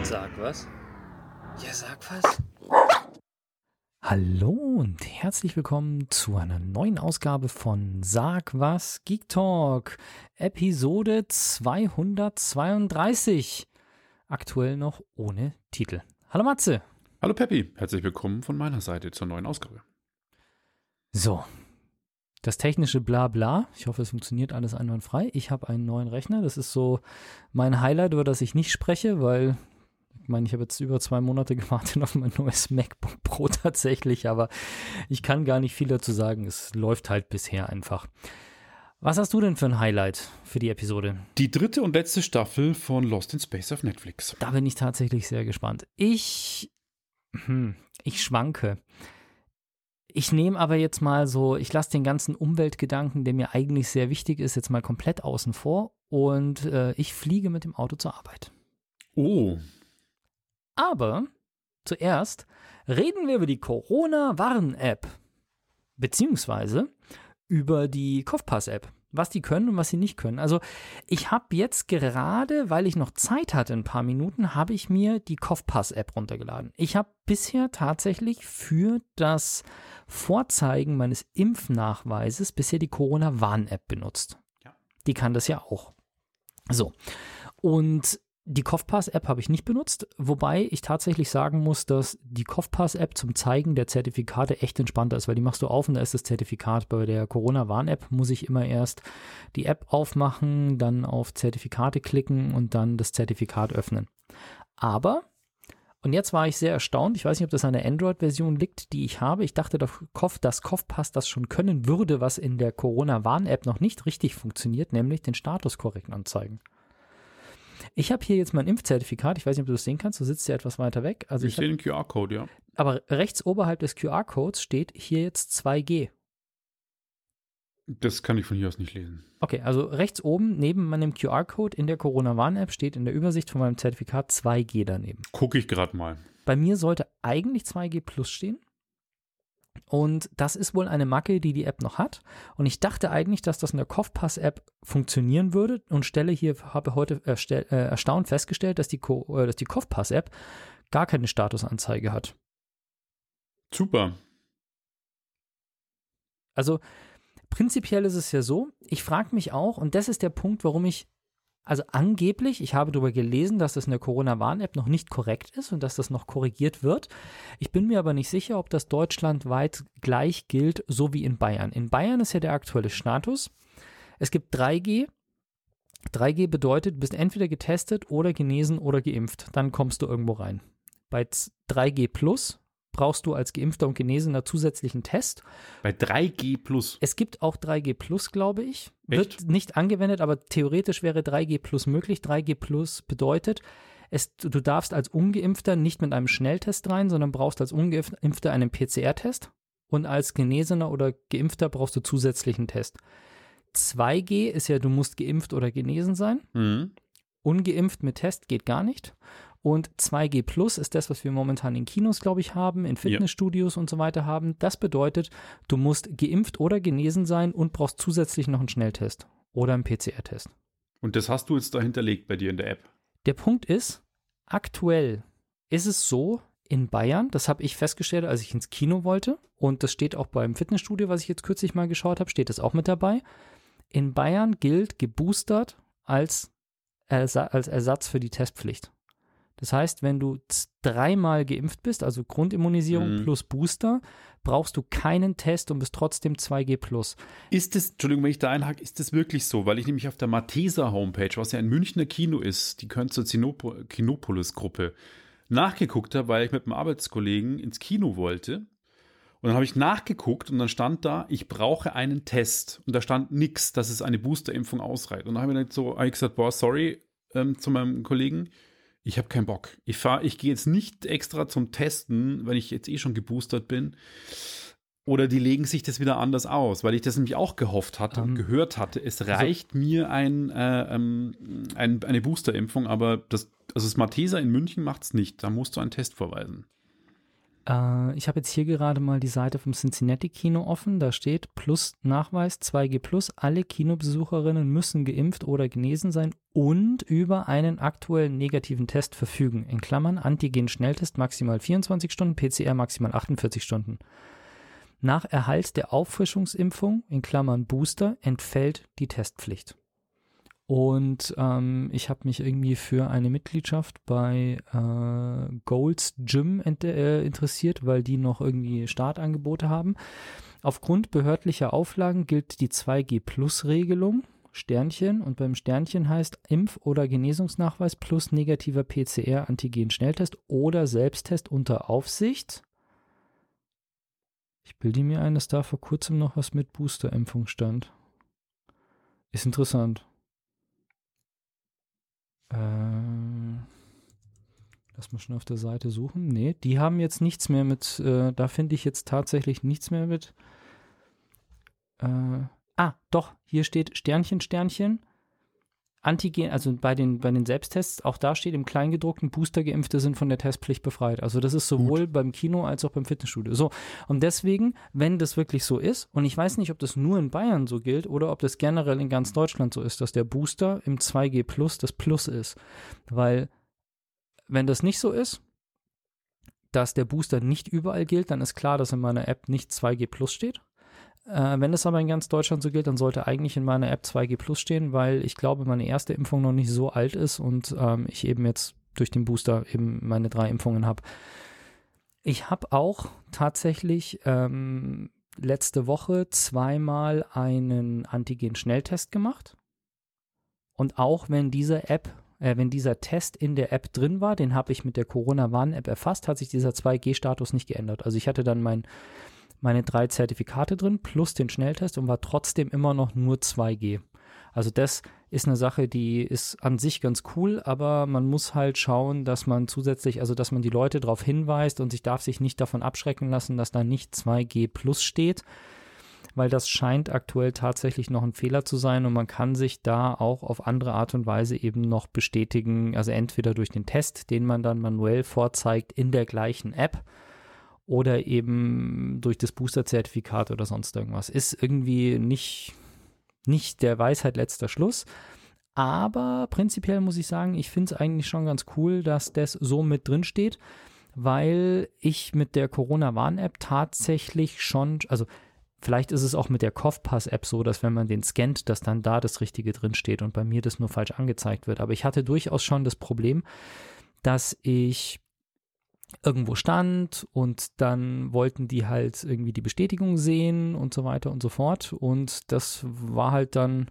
Sag was? Ja, sag was. Hallo und herzlich willkommen zu einer neuen Ausgabe von Sag was Geek Talk, Episode 232. Aktuell noch ohne Titel. Hallo Matze. Hallo Peppi, herzlich willkommen von meiner Seite zur neuen Ausgabe. So, das technische Blabla. Ich hoffe, es funktioniert alles einwandfrei. Ich habe einen neuen Rechner. Das ist so mein Highlight, über das ich nicht spreche, weil ich meine, ich habe jetzt über 2 Monate gewartet auf mein neues MacBook Pro tatsächlich, aber ich kann gar nicht viel dazu sagen. Es läuft halt bisher einfach. Was hast du denn für ein Highlight für die Episode? Die 3. und letzte Staffel von Lost in Space auf Netflix. Da bin ich tatsächlich sehr gespannt. Ich schwanke. Ich nehme aber jetzt mal so, ich lasse den ganzen Umweltgedanken, der mir eigentlich sehr wichtig ist, jetzt mal komplett außen vor und ich fliege mit dem Auto zur Arbeit. Oh. Aber zuerst reden wir über die Corona-Warn-App, beziehungsweise über die Kopfpass-App, was die können und was sie nicht können. Also ich habe jetzt gerade, weil ich noch Zeit hatte, ein paar Minuten, habe ich mir die Kopfpass-App runtergeladen. Ich habe bisher tatsächlich für das Vorzeigen meines Impfnachweises bisher die Corona-Warn-App benutzt. Ja. Die kann das ja auch. So, und die Kopfpass-App habe ich nicht benutzt, wobei ich tatsächlich sagen muss, dass die Kopfpass-App zum Zeigen der Zertifikate echt entspannter ist, weil die machst du auf und da ist das Zertifikat. Bei der Corona-Warn-App muss ich immer erst die App aufmachen, dann auf Zertifikate klicken und dann das Zertifikat öffnen. Aber, und jetzt war ich sehr erstaunt, ich weiß nicht, ob das an der Android-Version liegt, die ich habe. Ich dachte, dass Kopfpass das schon können würde, was in der Corona-Warn-App noch nicht richtig funktioniert, nämlich den Status korrekt anzeigen. Ich habe hier jetzt mein Impfzertifikat, ich weiß nicht, ob du das sehen kannst, du sitzt ja etwas weiter weg. Also ich sehe den QR-Code, ja. Aber rechts oberhalb des QR-Codes steht hier jetzt 2G. Das kann ich von hier aus nicht lesen. Okay, also rechts oben neben meinem QR-Code in der Corona-Warn-App steht in der Übersicht von meinem Zertifikat 2G daneben. Gucke ich gerade mal. Bei mir sollte eigentlich 2G Plus stehen. Und das ist wohl eine Macke, die App noch hat. Und ich dachte eigentlich, dass das in der Kopfpass-App funktionieren würde und habe heute erstaunt festgestellt, dass die Kopfpass-App gar keine Statusanzeige hat. Super. Also prinzipiell ist es ja so, ich frage mich auch, und das ist der Punkt, warum also angeblich, ich habe darüber gelesen, dass das in der Corona-Warn-App noch nicht korrekt ist und dass das noch korrigiert wird. Ich bin mir aber nicht sicher, ob das deutschlandweit gleich gilt, so wie in Bayern. In Bayern ist ja der aktuelle Status. Es gibt 3G. 3G bedeutet, du bist entweder getestet oder genesen oder geimpft. Dann kommst du irgendwo rein. Bei 3G Plus brauchst du als Geimpfter und Genesener zusätzlichen Test. Bei 3G Plus? Es gibt auch 3G Plus, glaube ich. Echt? Wird nicht angewendet, aber theoretisch wäre 3G Plus möglich. 3G Plus bedeutet, du darfst als Ungeimpfter nicht mit einem Schnelltest rein, sondern brauchst als Ungeimpfter einen PCR-Test und als Genesener oder Geimpfter brauchst du zusätzlichen Test. 2G ist ja, du musst geimpft oder genesen sein. Mhm. Ungeimpft mit Test geht gar nicht. Und 2G Plus ist das, was wir momentan in Kinos, glaube ich, haben, in Fitnessstudios und so weiter haben. Das bedeutet, du musst geimpft oder genesen sein und brauchst zusätzlich noch einen Schnelltest oder einen PCR-Test. Und das hast du jetzt da hinterlegt bei dir in der App? Der Punkt ist, aktuell ist es so in Bayern, das habe ich festgestellt, als ich ins Kino wollte, und das steht auch beim Fitnessstudio, was ich jetzt kürzlich mal geschaut habe, steht das auch mit dabei. In Bayern gilt geboostert als Ersatz für die Testpflicht. Das heißt, wenn du 3-mal geimpft bist, also Grundimmunisierung plus Booster, brauchst du keinen Test und bist trotzdem 2G plus. Entschuldigung, wenn ich da einhake, ist das wirklich so? Weil ich nämlich auf der Malteser Homepage, was ja ein Münchner Kino ist, die gehört zur Kinopolis-Gruppe, nachgeguckt habe, weil ich mit einem Arbeitskollegen ins Kino wollte. Und dann habe ich nachgeguckt und dann stand da, ich brauche einen Test. Und da stand nichts, dass es eine Boosterimpfung ausreicht. Und dann habe ich gesagt, boah, sorry, zu meinem Kollegen, ich habe keinen Bock. Ich gehe jetzt nicht extra zum Testen, wenn ich jetzt schon geboostert bin. Oder die legen sich das wieder anders aus, weil ich das nämlich auch gehofft hatte und gehört hatte. Es reicht mir eine Boosterimpfung, aber das Malteser in München macht es nicht. Da musst du einen Test vorweisen. Ich habe jetzt hier gerade mal die Seite vom Cincinnati Kino offen. Da steht plus Nachweis 2G plus. Alle Kinobesucherinnen müssen geimpft oder genesen sein und über einen aktuellen negativen Test verfügen. In Klammern Antigen-Schnelltest maximal 24 Stunden, PCR maximal 48 Stunden. Nach Erhalt der Auffrischungsimpfung, in Klammern Booster, entfällt die Testpflicht. Und ich habe mich irgendwie für eine Mitgliedschaft bei Gold's Gym interessiert, weil die noch irgendwie Startangebote haben. Aufgrund behördlicher Auflagen gilt die 2G-Plus-Regelung, Sternchen, und beim Sternchen heißt Impf- oder Genesungsnachweis plus negativer PCR-Antigen-Schnelltest oder Selbsttest unter Aufsicht. Ich bilde mir ein, dass da vor kurzem noch was mit Boosterimpfung stand. Ist interessant. Lass mal schon auf der Seite suchen. Nee, die haben jetzt nichts mehr mit, da finde ich jetzt tatsächlich nichts mehr mit. Doch, hier steht Sternchen, Sternchen. Antigen, also bei den Selbsttests, auch da steht im Kleingedruckten, Booster-Geimpfte sind von der Testpflicht befreit. Also das ist sowohl beim Kino als auch beim Fitnessstudio. So, und deswegen, wenn das wirklich so ist, und ich weiß nicht, ob das nur in Bayern so gilt oder ob das generell in ganz Deutschland so ist, dass der Booster im 2G Plus das Plus ist. Weil, wenn das nicht so ist, dass der Booster nicht überall gilt, dann ist klar, dass in meiner App nicht 2G Plus steht. Wenn es aber in ganz Deutschland so gilt, dann sollte eigentlich in meiner App 2G Plus stehen, weil ich glaube, meine erste Impfung noch nicht so alt ist und ich eben jetzt durch den Booster eben meine 3 Impfungen habe. Ich habe auch tatsächlich letzte Woche 2-mal einen Antigen-Schnelltest gemacht. Und auch wenn dieser Test in der App drin war, den habe ich mit der Corona-Warn-App erfasst, hat sich dieser 2G-Status nicht geändert. Also ich hatte dann meine 3 Zertifikate drin plus den Schnelltest und war trotzdem immer noch nur 2G. Also das ist eine Sache, die ist an sich ganz cool, aber man muss halt schauen, dass man zusätzlich, also dass man die Leute darauf hinweist und darf sich nicht davon abschrecken lassen, dass da nicht 2G plus steht, weil das scheint aktuell tatsächlich noch ein Fehler zu sein und man kann sich da auch auf andere Art und Weise eben noch bestätigen, also entweder durch den Test, den man dann manuell vorzeigt in der gleichen App, oder eben durch das Booster-Zertifikat oder sonst irgendwas. Ist irgendwie nicht der Weisheit letzter Schluss. Aber prinzipiell muss ich sagen, ich finde es eigentlich schon ganz cool, dass das so mit drin steht, weil ich mit der Corona-Warn-App tatsächlich schon, also vielleicht ist es auch mit der Kopfpass-App so, dass wenn man den scannt, dass dann da das Richtige drin steht und bei mir das nur falsch angezeigt wird. Aber ich hatte durchaus schon das Problem, dass ich irgendwo stand und dann wollten die halt irgendwie die Bestätigung sehen und so weiter und so fort und das war halt dann,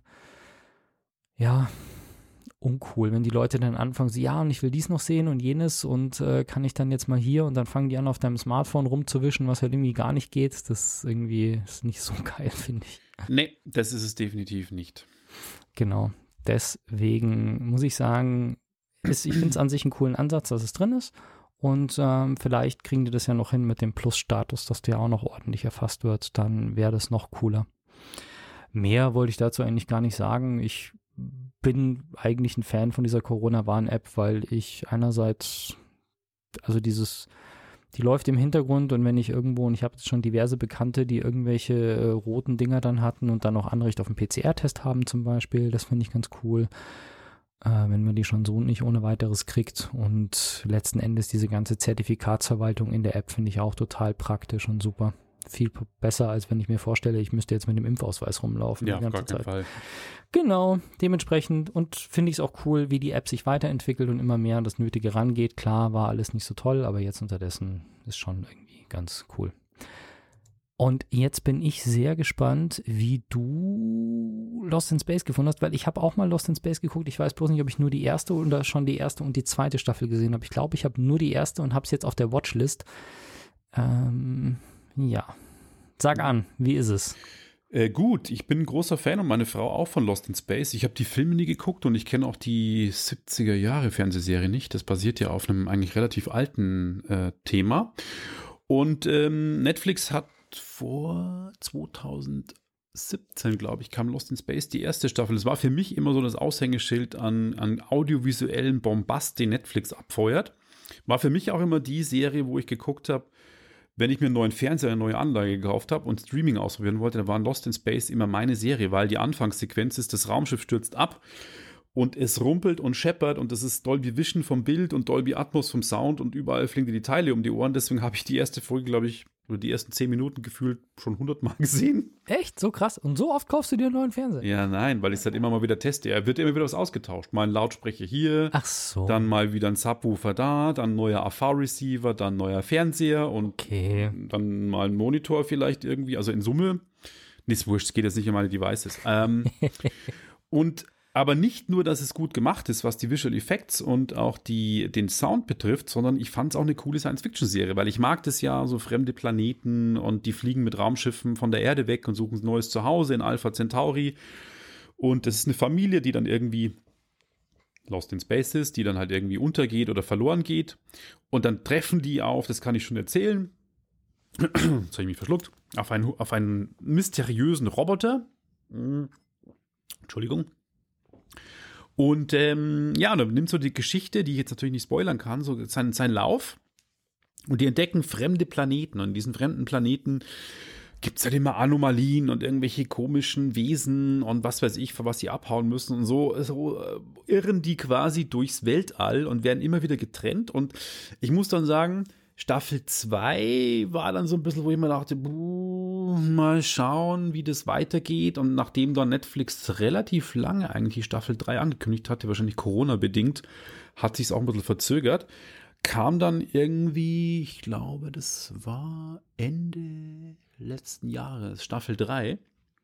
ja, uncool, wenn die Leute dann anfangen, so, ja, und ich will dies noch sehen und jenes und kann ich dann jetzt mal hier und dann fangen die an, auf deinem Smartphone rumzuwischen, was halt irgendwie gar nicht geht. Das irgendwie ist nicht so geil, finde ich. Nee, das ist es definitiv nicht. Genau, deswegen muss ich sagen, ich finde es an sich einen coolen Ansatz, dass es drin ist. Und vielleicht kriegen die das ja noch hin mit dem Plus-Status, dass der auch noch ordentlich erfasst wird. Dann wäre das noch cooler. Mehr wollte ich dazu eigentlich gar nicht sagen. Ich bin eigentlich ein Fan von dieser Corona-Warn-App, weil ich einerseits, also die läuft im Hintergrund und wenn ich irgendwo, und ich habe jetzt schon diverse Bekannte, die irgendwelche roten Dinger dann hatten und dann auch Anrecht auf einen PCR-Test haben zum Beispiel, das finde ich ganz cool. Wenn man die schon so nicht ohne weiteres kriegt und letzten Endes diese ganze Zertifikatsverwaltung in der App finde ich auch total praktisch und super. Viel besser, als wenn ich mir vorstelle, ich müsste jetzt mit dem Impfausweis rumlaufen. Ja, auf gar keinen Fall. Genau, dementsprechend und finde ich es auch cool, wie die App sich weiterentwickelt und immer mehr an das Nötige rangeht. Klar, war alles nicht so toll, aber jetzt unterdessen ist schon irgendwie ganz cool. Und jetzt bin ich sehr gespannt, wie du Lost in Space gefunden hast, weil ich habe auch mal Lost in Space geguckt. Ich weiß bloß nicht, ob ich nur die erste oder schon die erste und die zweite Staffel gesehen habe. Ich glaube, ich habe nur die erste und habe es jetzt auf der Watchlist. Ja, sag an, wie ist es? Gut, ich bin ein großer Fan und meine Frau auch von Lost in Space. Ich habe die Filme nie geguckt und ich kenne auch die 70er-Jahre-Fernsehserie nicht. Das basiert ja auf einem eigentlich relativ alten Thema. Und Netflix hat vor 2017, glaube ich, kam Lost in Space, die erste Staffel. Das war für mich immer so das Aushängeschild an audiovisuellen Bombast, den Netflix abfeuert. War für mich auch immer die Serie, wo ich geguckt habe, wenn ich mir einen neuen Fernseher, eine neue Anlage gekauft habe und Streaming ausprobieren wollte, dann war Lost in Space immer meine Serie, weil die Anfangssequenz ist, das Raumschiff stürzt ab und es rumpelt und scheppert und das ist Dolby Vision vom Bild und Dolby Atmos vom Sound und überall fliegen dir die Teile um die Ohren. Deswegen habe ich die erste Folge, glaube ich, oder die ersten 10 Minuten gefühlt schon 100 Mal gesehen. Echt? So krass? Und so oft kaufst du dir einen neuen Fernseher? Ja, nein, weil ich es halt immer mal wieder teste. Er wird immer wieder was ausgetauscht. Mal ein Lautsprecher hier, Ach so. dann mal wieder ein Subwoofer da, dann ein neuer AV-Receiver, dann ein neuer Fernseher und Okay. dann mal ein Monitor vielleicht irgendwie. Also in Summe, ist wurscht, es geht jetzt nicht um meine Devices. Aber nicht nur, dass es gut gemacht ist, was die Visual Effects und auch den Sound betrifft, sondern ich fand es auch eine coole Science-Fiction-Serie, weil ich mag das ja, so fremde Planeten und die fliegen mit Raumschiffen von der Erde weg und suchen ein neues Zuhause in Alpha Centauri. Und das ist eine Familie, die dann irgendwie Lost in Space ist, die dann halt irgendwie untergeht oder verloren geht. Und dann treffen die auf, das kann ich schon erzählen, jetzt habe ich mich verschluckt, auf einen mysteriösen Roboter. Entschuldigung. Und dann nimmt so die Geschichte, die ich jetzt natürlich nicht spoilern kann, so seinen Lauf. Und die entdecken fremde Planeten. Und in diesen fremden Planeten gibt es halt immer Anomalien und irgendwelche komischen Wesen und was weiß ich, vor was sie abhauen müssen. Und so irren die quasi durchs Weltall und werden immer wieder getrennt. Und ich muss dann sagen, Staffel 2 war dann so ein bisschen, wo ich mir dachte, mal schauen, wie das weitergeht. Und nachdem dann Netflix relativ lange eigentlich die Staffel 3 angekündigt hatte, wahrscheinlich Corona-bedingt, hat sich es auch ein bisschen verzögert, kam dann irgendwie, ich glaube, das war Ende letzten Jahres, Staffel 3.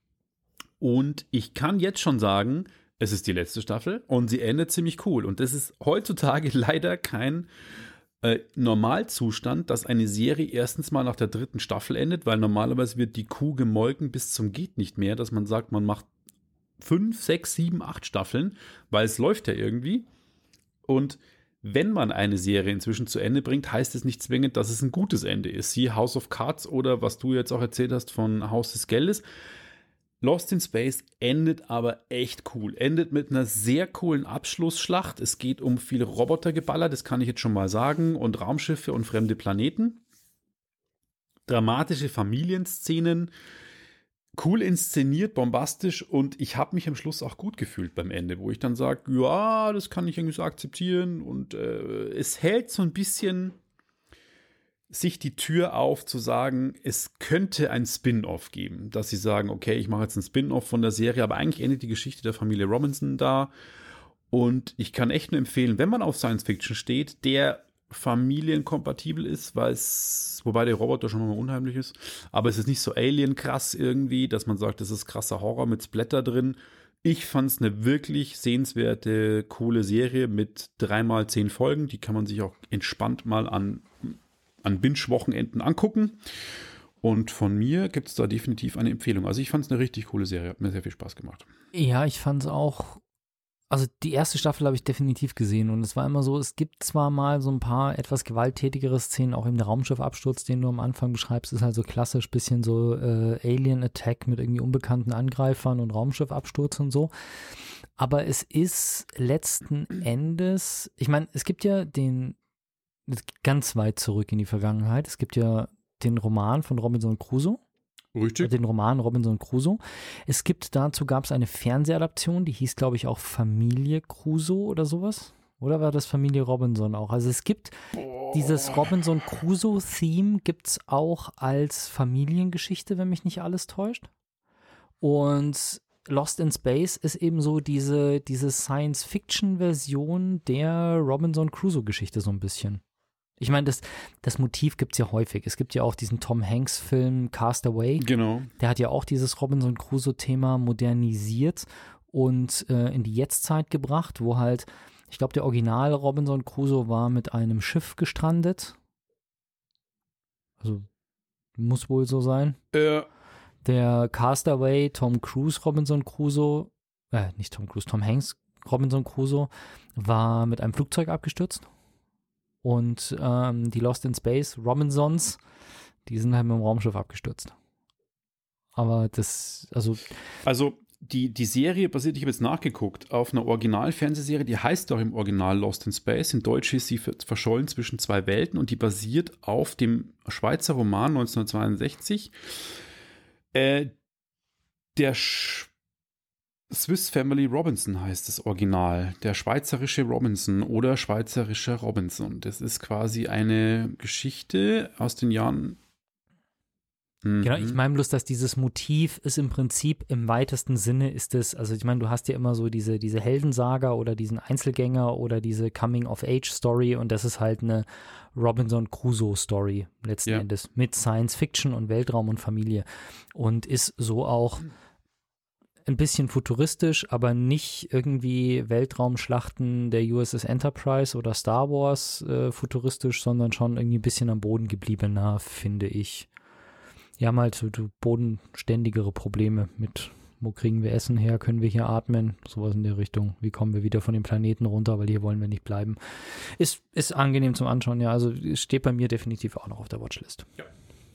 Und ich kann jetzt schon sagen, es ist die letzte Staffel und sie endet ziemlich cool. Und das ist heutzutage leider kein Normalzustand, dass eine Serie erstens mal nach der 3. Staffel endet, weil normalerweise wird die Kuh gemolken bis zum geht nicht mehr, dass man sagt, man macht 5, 6, 7, 8 Staffeln, weil es läuft ja irgendwie. Und wenn man eine Serie inzwischen zu Ende bringt, heißt es nicht zwingend, dass es ein gutes Ende ist. Siehe House of Cards oder was du jetzt auch erzählt hast von Haus des Geldes. Lost in Space endet aber echt cool. Endet mit einer sehr coolen Abschlussschlacht. Es geht um viele Robotergeballer, das kann ich jetzt schon mal sagen, und Raumschiffe und fremde Planeten. Dramatische Familienszenen, cool inszeniert, bombastisch und ich habe mich am Schluss auch gut gefühlt beim Ende, wo ich dann sage, ja, das kann ich irgendwie so akzeptieren und es hält so ein bisschen sich die Tür auf, zu sagen, es könnte ein Spin-off geben, dass sie sagen, okay, ich mache jetzt ein Spin-off von der Serie, aber eigentlich endet die Geschichte der Familie Robinson da und ich kann echt nur empfehlen, wenn man auf Science-Fiction steht, der familienkompatibel ist, wobei der Roboter schon mal unheimlich ist, aber es ist nicht so Alien-krass irgendwie, dass man sagt, das ist krasser Horror mit Splatter drin. Ich fand es eine wirklich sehenswerte, coole Serie mit 3x10 Folgen, die kann man sich auch entspannt mal an Binge-Wochenenden angucken. Und von mir gibt es da definitiv eine Empfehlung. Also ich fand es eine richtig coole Serie, hat mir sehr viel Spaß gemacht. Ja, ich fand es auch, also die erste Staffel habe ich definitiv gesehen und es war immer so, es gibt zwar mal so ein paar etwas gewalttätigere Szenen, auch im Raumschiffabsturz, den du am Anfang beschreibst, ist halt so klassisch, bisschen so Alien-Attack mit irgendwie unbekannten Angreifern und Raumschiffabsturz und so. Aber es ist letzten Endes, ich meine, es gibt ja ganz weit zurück in die Vergangenheit. Es gibt ja den Roman von Robinson Crusoe. Richtig. Den Roman Robinson Crusoe. Gab es eine Fernsehadaption, die hieß, glaube ich, auch Familie Crusoe oder sowas. Oder war das Familie Robinson auch? Also es gibt dieses Robinson Crusoe-Theme gibt es auch als Familiengeschichte, wenn mich nicht alles täuscht. Und Lost in Space ist eben so diese Science-Fiction-Version der Robinson Crusoe-Geschichte so ein bisschen. Ich meine, das Motiv gibt es ja häufig. Es gibt ja auch diesen Tom Hanks-Film Castaway. Genau. Der hat ja auch dieses Robinson Crusoe-Thema modernisiert und in die Jetztzeit gebracht, wo halt, ich glaube, der Original Robinson Crusoe war mit einem Schiff gestrandet. Also, muss wohl so sein. Der Castaway, Tom Hanks Robinson Crusoe war mit einem Flugzeug abgestürzt. Und die Lost in Space Robinsons, die sind halt mit dem Raumschiff abgestürzt. Aber die Serie basiert, ich habe jetzt nachgeguckt, auf einer Original-Fernsehserie, die heißt auch im Original Lost in Space. In Deutsch ist sie verschollen zwischen zwei Welten und die basiert auf dem Schweizer Roman 1962. Der Swiss Family Robinson heißt das Original. Der schweizerische Robinson oder schweizerischer Robinson. Das ist quasi eine Geschichte aus den Jahren. Genau, ich meine bloß, dass dieses Motiv ist im Prinzip im weitesten Sinne ist es, also ich meine, du hast ja immer so diese Heldensaga oder diesen Einzelgänger oder diese Coming-of-Age-Story und das ist halt eine Robinson Crusoe-Story letzten Endes mit Science-Fiction und Weltraum und Familie und ist so auch ein bisschen futuristisch, aber nicht irgendwie Weltraumschlachten der USS Enterprise oder Star Wars futuristisch, sondern schon irgendwie ein bisschen am Boden gebliebener, finde ich. Die haben halt so bodenständigere Probleme mit, wo kriegen wir Essen her, können wir hier atmen, sowas in der Richtung. Wie kommen wir wieder von dem Planeten runter, weil hier wollen wir nicht bleiben. Ist angenehm zum Anschauen, ja, also steht bei mir definitiv auch noch auf der Watchlist. Ja.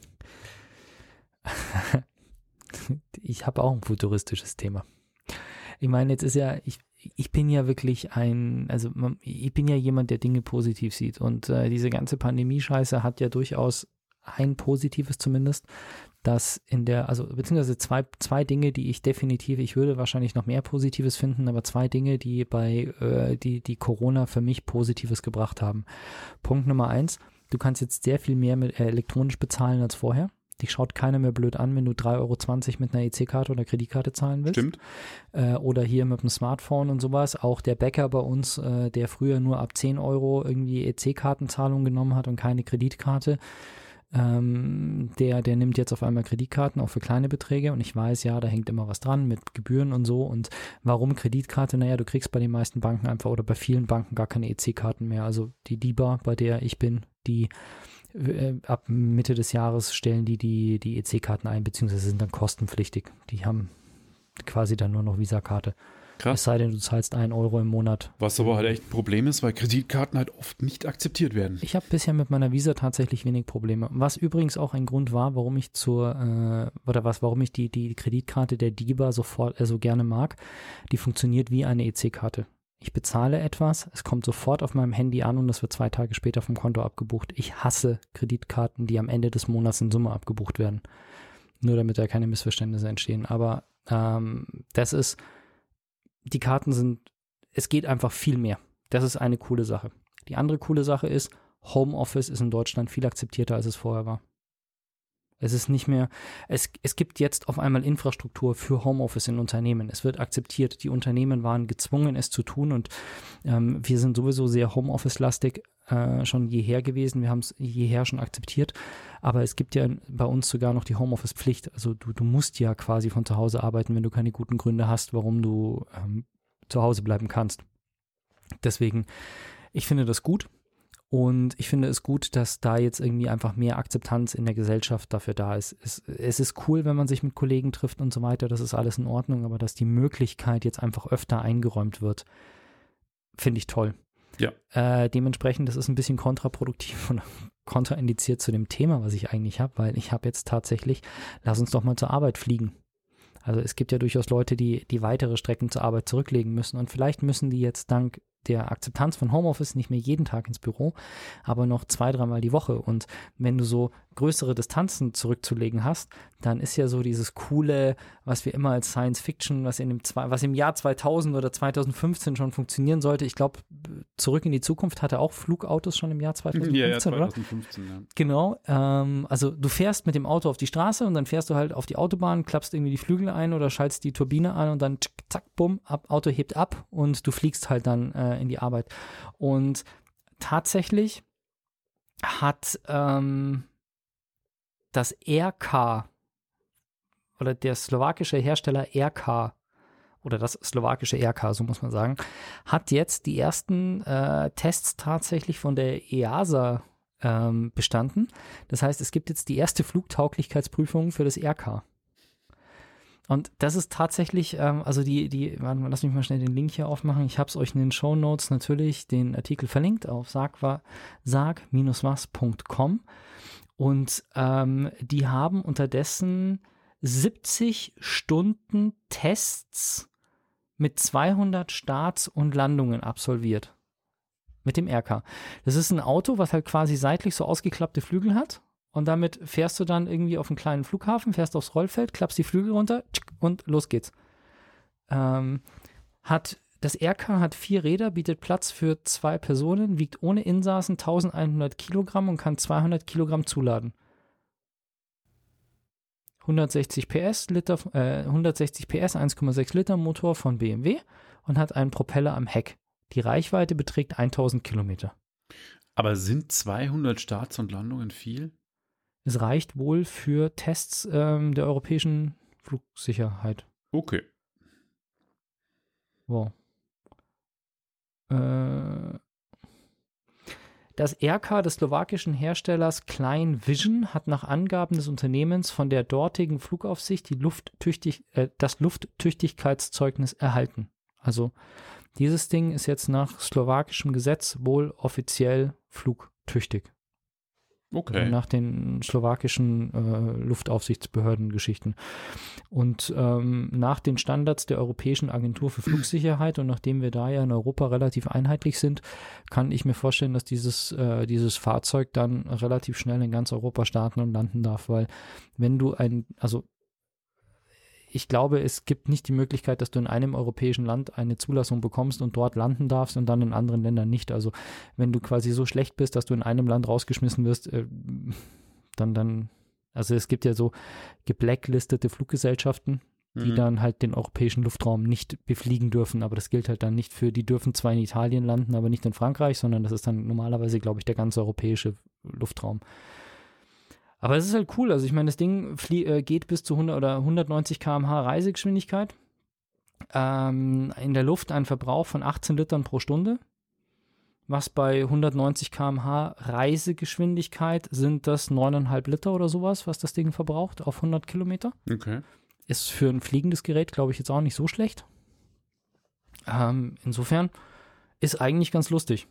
Ich habe auch ein futuristisches Thema. Ich meine, jetzt ist ja, ich bin ja wirklich ich bin ja jemand, der Dinge positiv sieht und diese ganze Pandemie-Scheiße hat ja durchaus ein Positives zumindest, dass beziehungsweise zwei Dinge, die ich würde wahrscheinlich noch mehr Positives finden, aber zwei Dinge, die die Corona für mich Positives gebracht haben. Punkt Nummer 1, du kannst jetzt sehr viel mehr mit elektronisch bezahlen als vorher. Dich schaut keiner mehr blöd an, wenn du 3,20 Euro mit einer EC-Karte oder Kreditkarte zahlen willst. Stimmt. Oder hier mit dem Smartphone und sowas. Auch der Bäcker bei uns, der früher nur ab 10 Euro irgendwie EC-Kartenzahlung genommen hat und keine Kreditkarte, der nimmt jetzt auf einmal Kreditkarten, auch für kleine Beträge und ich weiß, ja, da hängt immer was dran mit Gebühren und so und warum Kreditkarte? Naja, du kriegst bei den meisten Banken einfach oder bei vielen Banken gar keine EC-Karten mehr, also die DIBA, bei der ich bin, die ab Mitte des Jahres stellen die EC-Karten ein, beziehungsweise sind dann kostenpflichtig, die haben quasi dann nur noch Visa-Karte. Krass. Es sei denn, du zahlst 1 Euro im Monat. Was aber halt echt ein Problem ist, weil Kreditkarten halt oft nicht akzeptiert werden. Ich habe bisher mit meiner Visa tatsächlich wenig Probleme. Was übrigens auch ein Grund war, warum ich warum ich die Kreditkarte der DIBA sofort so gerne mag. Die funktioniert wie eine EC-Karte. Ich bezahle etwas, es kommt sofort auf meinem Handy an und das wird 2 Tage später vom Konto abgebucht. Ich hasse Kreditkarten, die am Ende des Monats in Summe abgebucht werden. Nur damit da keine Missverständnisse entstehen. Aber die Karten es geht einfach viel mehr. Das ist eine coole Sache. Die andere coole Sache ist, Homeoffice ist in Deutschland viel akzeptierter, als es vorher war. Es ist nicht mehr, es gibt jetzt auf einmal Infrastruktur für Homeoffice in Unternehmen. Es wird akzeptiert. Die Unternehmen waren gezwungen, es zu tun und wir sind sowieso sehr Homeoffice-lastig schon jeher gewesen. Wir haben es jeher schon akzeptiert. Aber es gibt ja bei uns sogar noch die Homeoffice-Pflicht. Also du musst ja quasi von zu Hause arbeiten, wenn du keine guten Gründe hast, warum du zu Hause bleiben kannst. Deswegen, ich finde das gut. Und ich finde es gut, dass da jetzt irgendwie einfach mehr Akzeptanz in der Gesellschaft dafür da ist. Es ist cool, wenn man sich mit Kollegen trifft und so weiter, das ist alles in Ordnung, aber dass die Möglichkeit jetzt einfach öfter eingeräumt wird, finde ich toll. Ja. Dementsprechend, das ist ein bisschen kontraproduktiv und kontraindiziert zu dem Thema, was ich eigentlich habe, weil ich habe jetzt tatsächlich, lass uns doch mal zur Arbeit fliegen. Also es gibt ja durchaus Leute, die weitere Strecken zur Arbeit zurücklegen müssen und vielleicht müssen die jetzt dank der Akzeptanz von Homeoffice nicht mehr jeden Tag ins Büro, aber noch 2-3 Mal die Woche. Und wenn du so größere Distanzen zurückzulegen hast, dann ist ja so dieses coole, was wir immer als Science Fiction, was im Jahr 2000 oder 2015 schon funktionieren sollte. Ich glaube, Zurück in die Zukunft hatte auch Flugautos schon im Jahr 2015, ja, 2015, oder? Ja. Genau. Also du fährst mit dem Auto auf die Straße und dann fährst du halt auf die Autobahn, klappst irgendwie die Flügel ein oder schaltest die Turbine an und dann zack, bumm, Auto hebt ab und du fliegst halt dann in die Arbeit. Und tatsächlich hat das RK oder der slowakische Hersteller RK oder das slowakische RK, so muss man sagen, hat jetzt die ersten Tests tatsächlich von der EASA bestanden. Das heißt, es gibt jetzt die erste Flugtauglichkeitsprüfung für das RK. Und das ist tatsächlich, also lass mich mal schnell den Link hier aufmachen. Ich habe es euch in den Shownotes natürlich den Artikel verlinkt auf sag-was.com und die haben unterdessen 70 Stunden Tests mit 200 Starts und Landungen absolviert. Mit dem RK. Das ist ein Auto, was halt quasi seitlich so ausgeklappte Flügel hat. Und damit fährst du dann irgendwie auf einen kleinen Flughafen, fährst aufs Rollfeld, klappst die Flügel runter und los geht's. Das RK hat 4 Räder, bietet Platz für 2 Personen, wiegt ohne Insassen 1100 Kilogramm und kann 200 Kilogramm zuladen. 160 PS, 1,6 Liter Motor von BMW und hat einen Propeller am Heck. Die Reichweite beträgt 1000 Kilometer. Aber sind 200 Starts und Landungen viel? Es reicht wohl für Tests der europäischen Flugsicherheit. Okay. Wow. Das RK des slowakischen Herstellers Klein Vision hat nach Angaben des Unternehmens von der dortigen Flugaufsicht das Lufttüchtigkeitszeugnis erhalten. Also dieses Ding ist jetzt nach slowakischem Gesetz wohl offiziell flugtüchtig. Okay. Nach den slowakischen Luftaufsichtsbehörden-Geschichten. Und nach den Standards der Europäischen Agentur für Flugsicherheit und nachdem wir da ja in Europa relativ einheitlich sind, kann ich mir vorstellen, dass dieses Fahrzeug dann relativ schnell in ganz Europa starten und landen darf, weil wenn du ich glaube, es gibt nicht die Möglichkeit, dass du in einem europäischen Land eine Zulassung bekommst und dort landen darfst und dann in anderen Ländern nicht. Also wenn du quasi so schlecht bist, dass du in einem Land rausgeschmissen wirst, also es gibt ja so geblacklistete Fluggesellschaften, die dann halt den europäischen Luftraum nicht befliegen dürfen, aber das gilt halt dann nicht für, die dürfen zwar in Italien landen, aber nicht in Frankreich, sondern das ist dann normalerweise, glaube ich, der ganze europäische Luftraum. Aber es ist halt cool, also ich meine, das Ding geht bis zu 100 oder 190 km/h Reisegeschwindigkeit. In der Luft ein Verbrauch von 18 Litern pro Stunde. Was bei 190 km/h Reisegeschwindigkeit sind das 9,5 Liter oder sowas, was das Ding verbraucht auf 100 Kilometer. Okay. Ist für ein fliegendes Gerät, glaube ich, jetzt auch nicht so schlecht. Insofern ist eigentlich ganz lustig.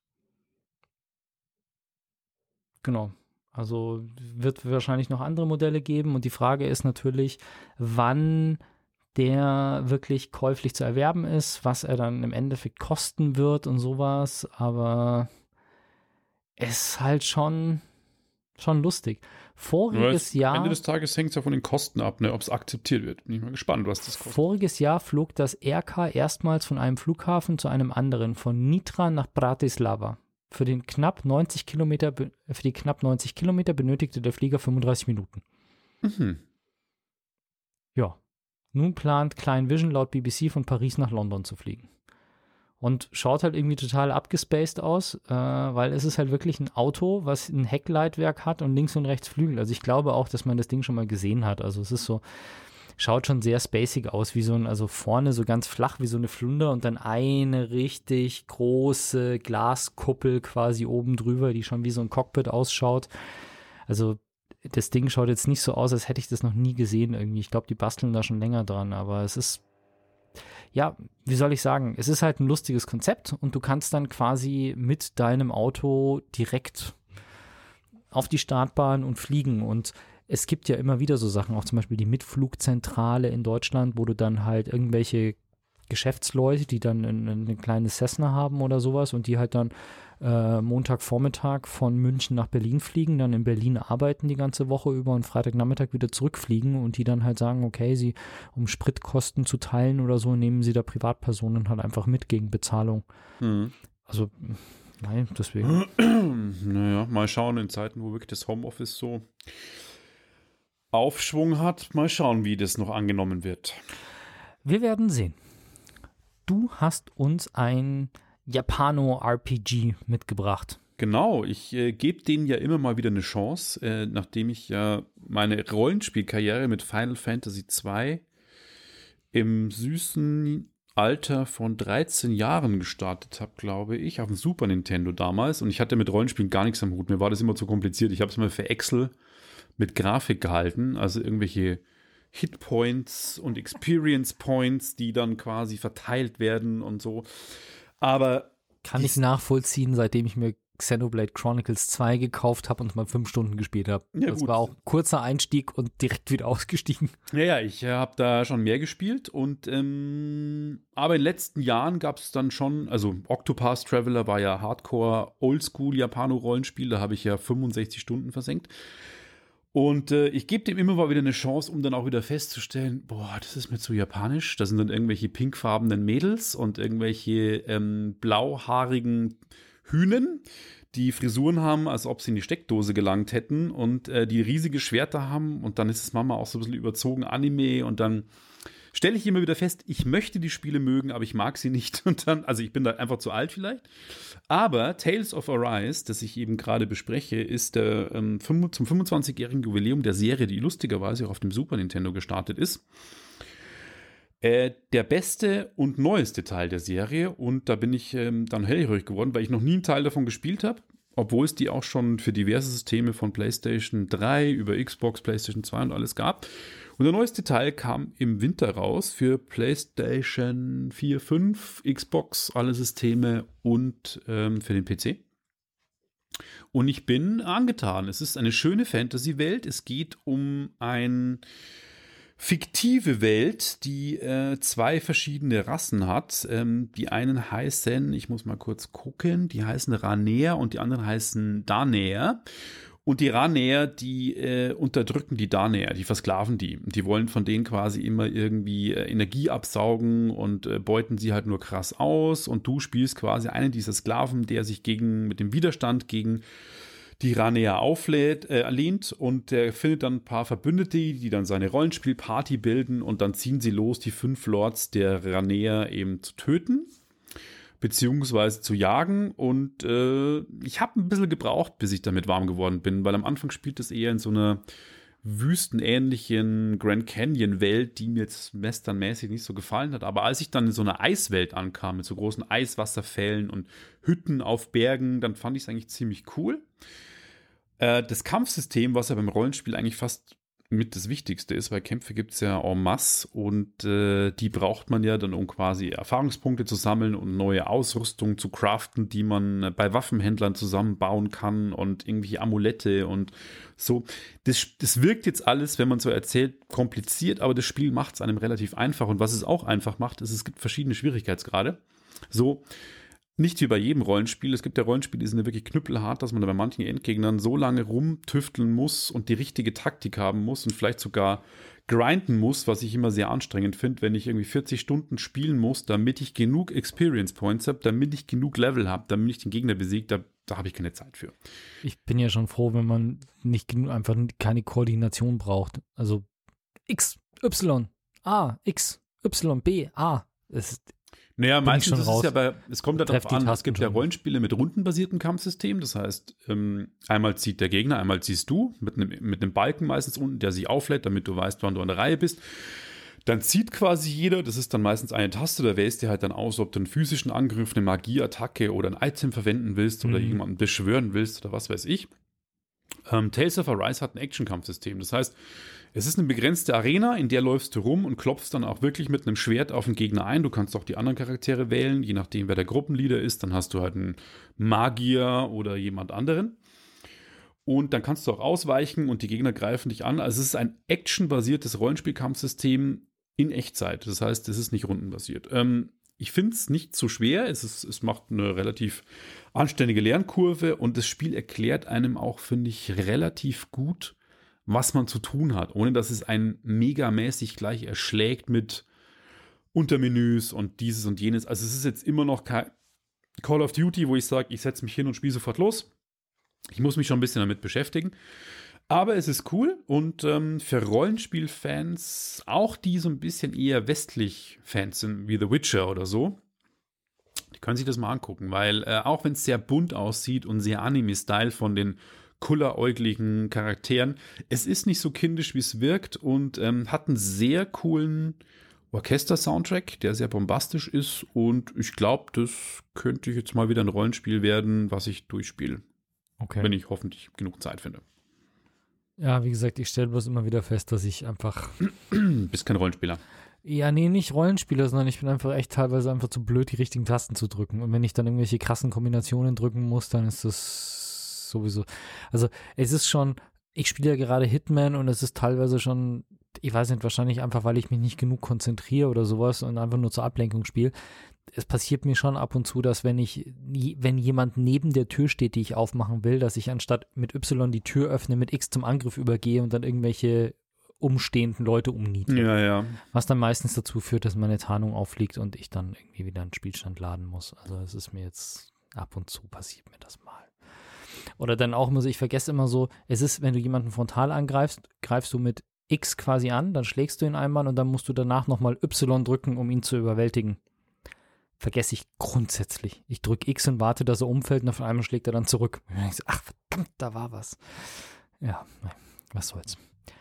Genau. Also wird wahrscheinlich noch andere Modelle geben und die Frage ist natürlich, wann der wirklich käuflich zu erwerben ist, was er dann im Endeffekt kosten wird und sowas, aber es ist halt schon lustig. Voriges Jahr. Am Ende des Tages hängt es ja von den Kosten ab, ne, ob es akzeptiert wird. Bin ich mal gespannt, was das kostet. Voriges Jahr flog das RK erstmals von einem Flughafen zu einem anderen, von Nitra nach Bratislava. Für die knapp 90 Kilometer benötigte der Flieger 35 Minuten. Mhm. Ja. Nun plant Klein Vision laut BBC von Paris nach London zu fliegen. Und schaut halt irgendwie total abgespaced aus, weil es ist halt wirklich ein Auto, was ein Heckleitwerk hat und links und rechts Flügel. Also ich glaube auch, dass man das Ding schon mal gesehen hat. Also es ist so, schaut schon sehr spacig aus, wie so ein, also vorne so ganz flach wie so eine Flunder und dann eine richtig große Glaskuppel quasi oben drüber, die schon wie so ein Cockpit ausschaut. Also das Ding schaut jetzt nicht so aus, als hätte ich das noch nie gesehen irgendwie. Ich glaube, die basteln da schon länger dran, aber es ist, ja, wie soll ich sagen, es ist halt ein lustiges Konzept und du kannst dann quasi mit deinem Auto direkt auf die Startbahn und fliegen und es gibt ja immer wieder so Sachen, auch zum Beispiel die Mitflugzentrale in Deutschland, wo du dann halt irgendwelche Geschäftsleute, die dann ein kleines Cessna haben oder sowas und die halt dann Montagvormittag von München nach Berlin fliegen, dann in Berlin arbeiten die ganze Woche über und Freitagnachmittag wieder zurückfliegen und die dann halt sagen, okay, um Spritkosten zu teilen oder so, nehmen sie da Privatpersonen halt einfach mit gegen Bezahlung. Mhm. Also, nein, deswegen. Naja, mal schauen in Zeiten, wo wirklich das Homeoffice so Aufschwung hat. Mal schauen, wie das noch angenommen wird. Wir werden sehen. Du hast uns ein Japano-RPG mitgebracht. Genau, ich gebe denen ja immer mal wieder eine Chance, nachdem ich ja meine Rollenspielkarriere mit Final Fantasy II im süßen Alter von 13 Jahren gestartet habe, glaube ich, auf dem Super Nintendo damals. Und ich hatte mit Rollenspielen gar nichts am Hut. Mir war das immer zu kompliziert. Ich habe es mal für Excel mit Grafik gehalten, also irgendwelche Hitpoints und Experience Points, die dann quasi verteilt werden und so. Aber kann ich nachvollziehen, seitdem ich mir Xenoblade Chronicles 2 gekauft habe und mal 5 Stunden gespielt habe. Ja, das gut. war auch ein kurzer Einstieg und direkt wieder ausgestiegen. Ja, ich habe da schon mehr gespielt und aber in den letzten Jahren gab es dann schon, also Octopath Traveler war ja Hardcore Oldschool Japano-Rollenspiel, da habe ich ja 65 Stunden versenkt. Und ich gebe dem immer mal wieder eine Chance, um dann auch wieder festzustellen, boah, das ist mir zu japanisch. Da sind dann irgendwelche pinkfarbenen Mädels und irgendwelche blauhaarigen Hühnen, die Frisuren haben, als ob sie in die Steckdose gelangt hätten und die riesige Schwerter haben und dann ist es manchmal auch so ein bisschen überzogen Anime und dann stelle ich immer wieder fest, ich möchte die Spiele mögen, aber ich mag sie nicht und dann, also ich bin da einfach zu alt vielleicht, aber Tales of Arise, das ich eben gerade bespreche, ist zum 25-jährigen Jubiläum der Serie, die lustigerweise auch auf dem Super Nintendo gestartet ist, der beste und neueste Teil der Serie und da bin ich dann hellhörig geworden, weil ich noch nie einen Teil davon gespielt habe, obwohl es die auch schon für diverse Systeme von PlayStation 3 über Xbox, PlayStation 2 und alles gab. Und der neueste Teil kam im Winter raus für PlayStation 4, 5, Xbox, alle Systeme und für den PC. Und ich bin angetan. Es ist eine schöne Fantasy-Welt. Es geht um ein fiktive Welt, die 2 verschiedene Rassen hat. Die einen heißen, ich muss mal kurz gucken, die heißen Ranäer und die anderen heißen Danäer. Und die Ranäer, die unterdrücken die Danäer, die versklaven die. Die wollen von denen quasi immer irgendwie Energie absaugen und beuten sie halt nur krass aus. Und du spielst quasi einen dieser Sklaven, der sich mit dem Widerstand gegen die Ranäer lehnt und der findet dann ein paar Verbündete, die dann seine Rollenspielparty bilden und dann ziehen sie los, die 5 Lords der Ranäer eben zu töten, beziehungsweise zu jagen und ich habe ein bisschen gebraucht, bis ich damit warm geworden bin, weil am Anfang spielt es eher in so einer wüstenähnlichen Grand Canyon-Welt, die mir jetzt westernmäßig nicht so gefallen hat, aber als ich dann in so einer Eiswelt ankam, mit so großen Eiswasserfällen und Hütten auf Bergen, dann fand ich es eigentlich ziemlich cool. Das Kampfsystem, was ja beim Rollenspiel eigentlich fast mit das Wichtigste ist, weil Kämpfe gibt es ja en masse und die braucht man ja dann, um quasi Erfahrungspunkte zu sammeln und neue Ausrüstung zu craften, die man bei Waffenhändlern zusammenbauen kann und irgendwie Amulette und so. Das wirkt jetzt alles, wenn man so erzählt, kompliziert, aber das Spiel macht es einem relativ einfach und was es auch einfach macht, ist, es gibt verschiedene Schwierigkeitsgrade. So, nicht wie bei jedem Rollenspiel. Es gibt ja Rollenspiele, die sind ja wirklich knüppelhart, dass man da bei manchen Endgegnern so lange rumtüfteln muss und die richtige Taktik haben muss und vielleicht sogar grinden muss, was ich immer sehr anstrengend finde, wenn ich irgendwie 40 Stunden spielen muss, damit ich genug Experience Points habe, damit ich genug Level habe, damit ich den Gegner besiege, da habe ich keine Zeit für. Ich bin ja schon froh, wenn man einfach keine Koordination braucht. Also X, Y, A, X, Y, B, A. Naja, meistens ist es ja es kommt ja darauf an, es gibt ja schon. Rollenspiele mit rundenbasierten Kampfsystemen, das heißt, einmal zieht der Gegner, einmal ziehst du, mit einem Balken meistens unten, der sich auflädt, damit du weißt, wann du an der Reihe bist. Dann zieht quasi jeder, das ist dann meistens eine Taste, da wählst du halt dann aus, ob du einen physischen Angriff, eine Magieattacke oder ein Item verwenden willst oder jemanden beschwören willst oder was weiß ich. Tales of Arise hat ein Action-Kampfsystem, das heißt, es ist eine begrenzte Arena, in der läufst du rum und klopfst dann auch wirklich mit einem Schwert auf den Gegner ein. Du kannst auch die anderen Charaktere wählen, je nachdem, wer der Gruppenleader ist. Dann hast du halt einen Magier oder jemand anderen. Und dann kannst du auch ausweichen und die Gegner greifen dich an. Also es ist ein actionbasiertes Rollenspielkampfsystem in Echtzeit. Das heißt, es ist nicht rundenbasiert. Ich finde es nicht so schwer. Es macht eine relativ anständige Lernkurve und das Spiel erklärt einem auch, finde ich, relativ gut, was man zu tun hat, ohne dass es einen megamäßig gleich erschlägt mit Untermenüs und dieses und jenes. Also es ist jetzt immer noch kein Call of Duty, wo ich sage, ich setze mich hin und spiele sofort los. Ich muss mich schon ein bisschen damit beschäftigen. Aber es ist cool und für Rollenspielfans, auch die so ein bisschen eher westlich Fans sind, wie The Witcher oder so, die können sich das mal angucken, weil auch wenn es sehr bunt aussieht und sehr Anime-Style von den kulleräugigen Charakteren. Es ist nicht so kindisch, wie es wirkt und hat einen sehr coolen Orchester-Soundtrack, der sehr bombastisch ist und ich glaube, das könnte jetzt mal wieder ein Rollenspiel werden, was ich durchspiele. Okay. Wenn ich hoffentlich genug Zeit finde. Ja, wie gesagt, ich stelle bloß immer wieder fest, dass ich einfach Bist kein Rollenspieler. Ja, nee, nicht Rollenspieler, sondern ich bin einfach echt teilweise einfach zu blöd, die richtigen Tasten zu drücken. Und wenn ich dann irgendwelche krassen Kombinationen drücken muss, dann ist das sowieso. Also es ist schon, ich spiele ja gerade Hitman und es ist teilweise schon, ich weiß nicht, wahrscheinlich einfach, weil ich mich nicht genug konzentriere oder sowas und einfach nur zur Ablenkung spiele. Es passiert mir schon ab und zu, dass wenn jemand neben der Tür steht, die ich aufmachen will, dass ich anstatt mit Y die Tür öffne, mit X zum Angriff übergehe und dann irgendwelche umstehenden Leute umniete. Ja, ja. Was dann meistens dazu führt, dass meine Tarnung auffliegt und ich dann irgendwie wieder einen Spielstand laden muss. Also es ist mir jetzt ab und zu passiert mir das mal. Oder dann auch ich vergesse immer so, es ist, wenn du jemanden frontal angreifst, greifst du mit X quasi an, dann schlägst du ihn einmal und dann musst du danach nochmal Y drücken, um ihn zu überwältigen. Vergesse ich grundsätzlich. Ich drücke X und warte, dass er umfällt und auf einmal schlägt er dann zurück. Und ich so, ach verdammt, da war was. Ja, was soll's.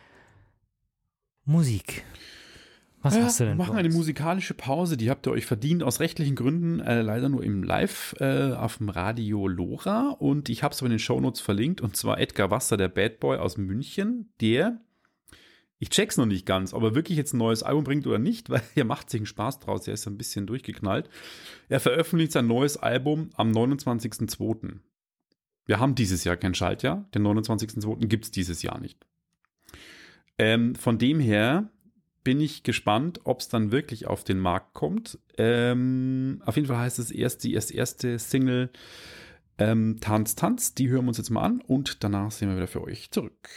Musik. Was hast du denn? Wir machen eine musikalische Pause, die habt ihr euch verdient, aus rechtlichen Gründen, leider nur im Live auf dem Radio Lora. Und ich habe es aber in den Shownotes verlinkt, und zwar Edgar Wasser, der Bad Boy aus München, der, ich check's noch nicht ganz, ob er wirklich jetzt ein neues Album bringt oder nicht, weil er macht sich einen Spaß draus, er ist ein bisschen durchgeknallt. Er veröffentlicht sein neues Album am 29.02. Wir haben dieses Jahr kein Schaltjahr, den 29.02. gibt es dieses Jahr nicht. Von dem her bin ich gespannt, ob es dann wirklich auf den Markt kommt. Auf jeden Fall heißt es die erste Single Tanz, Tanz. Die hören wir uns jetzt mal an und danach sind wir wieder für euch zurück.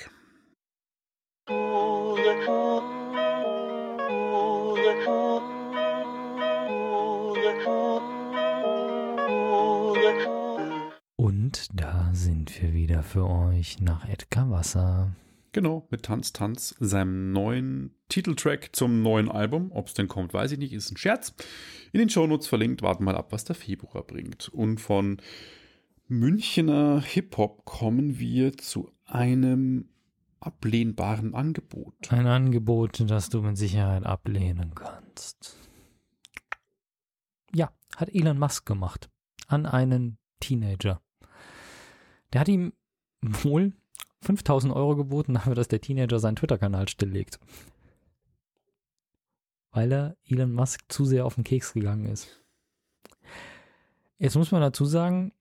Und da sind wir wieder für euch nach Edgar Wasser. Genau, mit Tanz, Tanz, seinem neuen Titeltrack zum neuen Album. Ob es denn kommt, weiß ich nicht, ist ein Scherz. In den Shownotes verlinkt, warten mal ab, was der Februar bringt. Und von Münchner Hip-Hop kommen wir zu einem ablehnbaren Angebot. Ein Angebot, das du mit Sicherheit ablehnen kannst. Ja, hat Elon Musk gemacht. An einen Teenager. Der hat ihm wohl 5.000 € geboten dafür, dass der Teenager seinen Twitter-Kanal stilllegt. Weil er Elon Musk zu sehr auf den Keks gegangen ist. Jetzt muss man dazu sagen,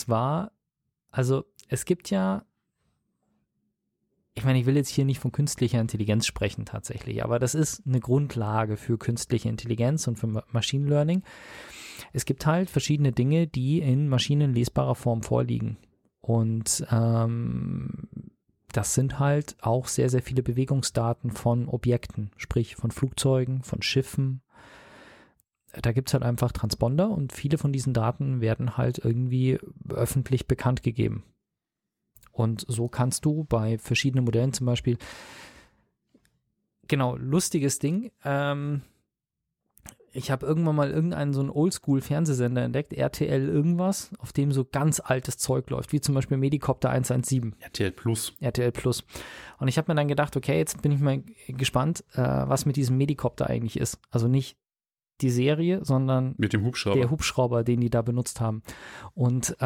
es gibt ja, ich meine, ich will jetzt hier nicht von künstlicher Intelligenz sprechen tatsächlich, aber das ist eine Grundlage für künstliche Intelligenz und für Machine Learning. Es gibt halt verschiedene Dinge, die in maschinenlesbarer Form vorliegen. Und das sind halt auch sehr, sehr viele Bewegungsdaten von Objekten, sprich von Flugzeugen, von Schiffen. Da gibt es halt einfach Transponder und viele von diesen Daten werden halt irgendwie öffentlich bekannt gegeben. Und so kannst du bei verschiedenen Modellen zum Beispiel, genau, lustiges Ding, ich habe irgendwann mal irgendeinen so einen Oldschool-Fernsehsender entdeckt, RTL irgendwas, auf dem so ganz altes Zeug läuft, wie zum Beispiel Medicopter 117. RTL Plus. RTL Plus. Und ich habe mir dann gedacht, okay, jetzt bin ich mal gespannt, was mit diesem Medicopter eigentlich ist. Also nicht die Serie, sondern mit dem Hubschrauber. Der Hubschrauber, den die da benutzt haben. Und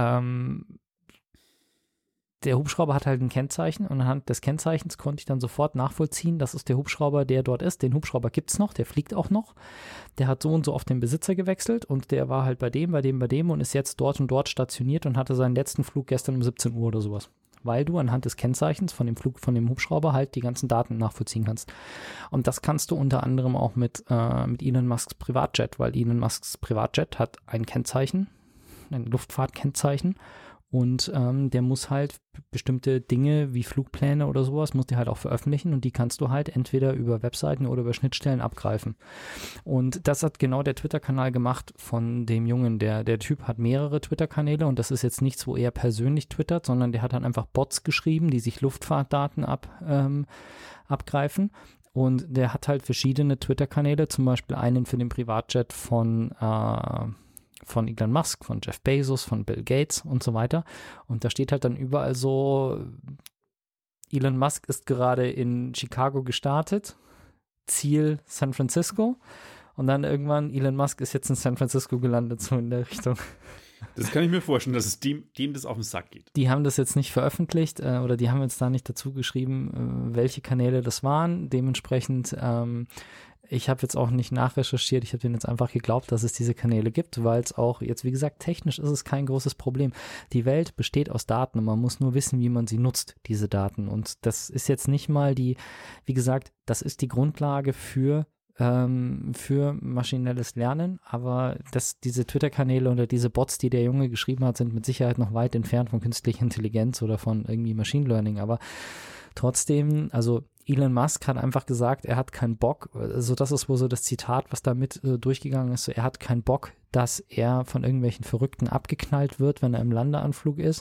der Hubschrauber hat halt ein Kennzeichen und anhand des Kennzeichens konnte ich dann sofort nachvollziehen, das ist der Hubschrauber, der dort ist. Den Hubschrauber gibt es noch, der fliegt auch noch. Der hat so und so oft den Besitzer gewechselt und der war halt bei dem und ist jetzt dort und dort stationiert und hatte seinen letzten Flug gestern um 17 Uhr oder sowas. Weil du anhand des Kennzeichens von dem Flug von dem Hubschrauber halt die ganzen Daten nachvollziehen kannst. Und das kannst du unter anderem auch mit Elon Musks Privatjet, weil Elon Musks Privatjet hat ein Kennzeichen, ein Luftfahrtkennzeichen. Und der muss halt bestimmte Dinge wie Flugpläne oder sowas, muss der halt auch veröffentlichen und die kannst du halt entweder über Webseiten oder über Schnittstellen abgreifen. Und das hat genau der Twitter-Kanal gemacht von dem Jungen. Der Typ hat mehrere Twitter-Kanäle und das ist jetzt nichts, wo er persönlich twittert, sondern der hat dann einfach Bots geschrieben, die sich Luftfahrtdaten abgreifen. Und der hat halt verschiedene Twitter-Kanäle, zum Beispiel einen für den Privatjet von Elon Musk, von Jeff Bezos, von Bill Gates und so weiter. Und da steht halt dann überall so, Elon Musk ist gerade in Chicago gestartet, Ziel San Francisco. Und dann irgendwann, Elon Musk ist jetzt in San Francisco gelandet, so in der Richtung. Das kann ich mir vorstellen, dass es dem das auf den Sack geht. Die haben das jetzt nicht veröffentlicht oder die haben jetzt da nicht dazu geschrieben, welche Kanäle das waren. Dementsprechend Ich habe jetzt auch nicht nachrecherchiert, ich habe denen jetzt einfach geglaubt, dass es diese Kanäle gibt, weil es auch jetzt, wie gesagt, technisch ist es kein großes Problem. Die Welt besteht aus Daten und man muss nur wissen, wie man sie nutzt, diese Daten. Und das ist jetzt nicht mal wie gesagt, das ist die Grundlage für maschinelles Lernen, aber diese Twitter-Kanäle oder diese Bots, die der Junge geschrieben hat, sind mit Sicherheit noch weit entfernt von künstlicher Intelligenz oder von irgendwie Machine Learning, aber trotzdem, also Elon Musk hat einfach gesagt, er hat keinen Bock, also das ist wohl so das Zitat, was da mit durchgegangen ist, so, er hat keinen Bock, dass er von irgendwelchen Verrückten abgeknallt wird, wenn er im Landeanflug ist.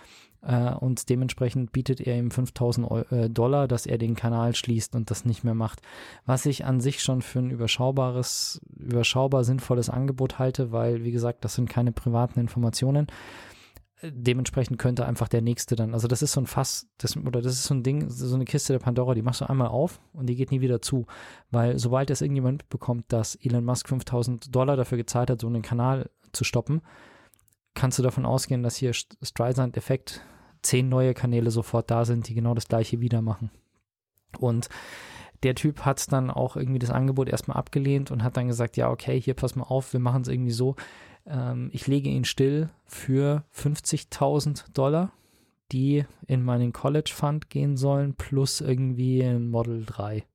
Und dementsprechend bietet er ihm $5.000, dass er den Kanal schließt und das nicht mehr macht. Was ich an sich schon für ein überschaubar sinnvolles Angebot halte, weil, wie gesagt, das sind keine privaten Informationen. Dementsprechend könnte einfach der Nächste dann, also das ist so ein Fass, das ist so ein Ding, so eine Kiste der Pandora, die machst du einmal auf und die geht nie wieder zu, weil sobald es irgendjemand mitbekommt, dass Elon Musk $5.000 dafür gezahlt hat, so einen Kanal zu stoppen, kannst du davon ausgehen, dass hier Streisand-Effekt 10 neue Kanäle sofort da sind, die genau das gleiche wieder machen. Und der Typ hat dann auch irgendwie das Angebot erstmal abgelehnt und hat dann gesagt, ja okay, hier pass mal auf, wir machen es irgendwie so, ich lege ihn still für $50.000, die in meinen College Fund gehen sollen, plus irgendwie ein Model 3.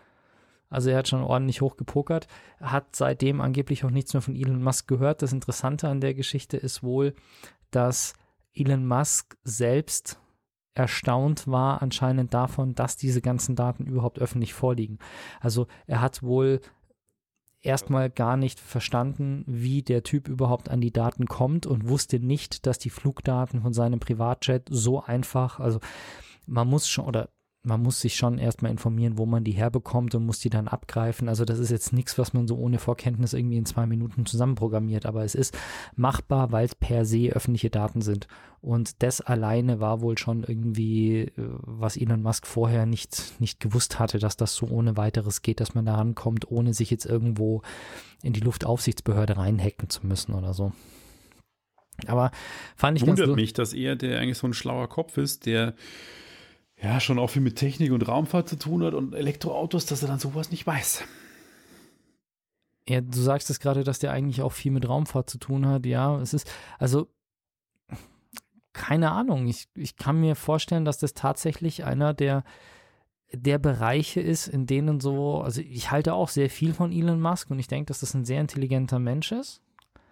Also er hat schon ordentlich hochgepokert, hat seitdem angeblich auch nichts mehr von Elon Musk gehört. Das Interessante an der Geschichte ist wohl, dass Elon Musk selbst erstaunt war anscheinend davon, dass diese ganzen Daten überhaupt öffentlich vorliegen. Also er hat wohl erstmal gar nicht verstanden, wie der Typ überhaupt an die Daten kommt und wusste nicht, dass die Flugdaten von seinem Privatjet so einfach, also man muss sich schon erstmal informieren, wo man die herbekommt und muss die dann abgreifen. Also das ist jetzt nichts, was man so ohne Vorkenntnis irgendwie in 2 Minuten zusammenprogrammiert, aber es ist machbar, weil es per se öffentliche Daten sind. Und das alleine war wohl schon irgendwie, was Elon Musk vorher nicht gewusst hatte, dass das so ohne weiteres geht, dass man da rankommt, ohne sich jetzt irgendwo in die Luftaufsichtsbehörde reinhacken zu müssen oder so. Aber fand ich Wundert mich, dass er, der eigentlich so ein schlauer Kopf ist, der ja schon auch viel mit Technik und Raumfahrt zu tun hat und Elektroautos, dass er dann sowas nicht weiß. Ja, du sagst es gerade, dass der eigentlich auch viel mit Raumfahrt zu tun hat. Ja, es ist, also keine Ahnung. Ich kann mir vorstellen, dass das tatsächlich einer der Bereiche ist, in denen so, also ich halte auch sehr viel von Elon Musk und ich denke, dass das ein sehr intelligenter Mensch ist.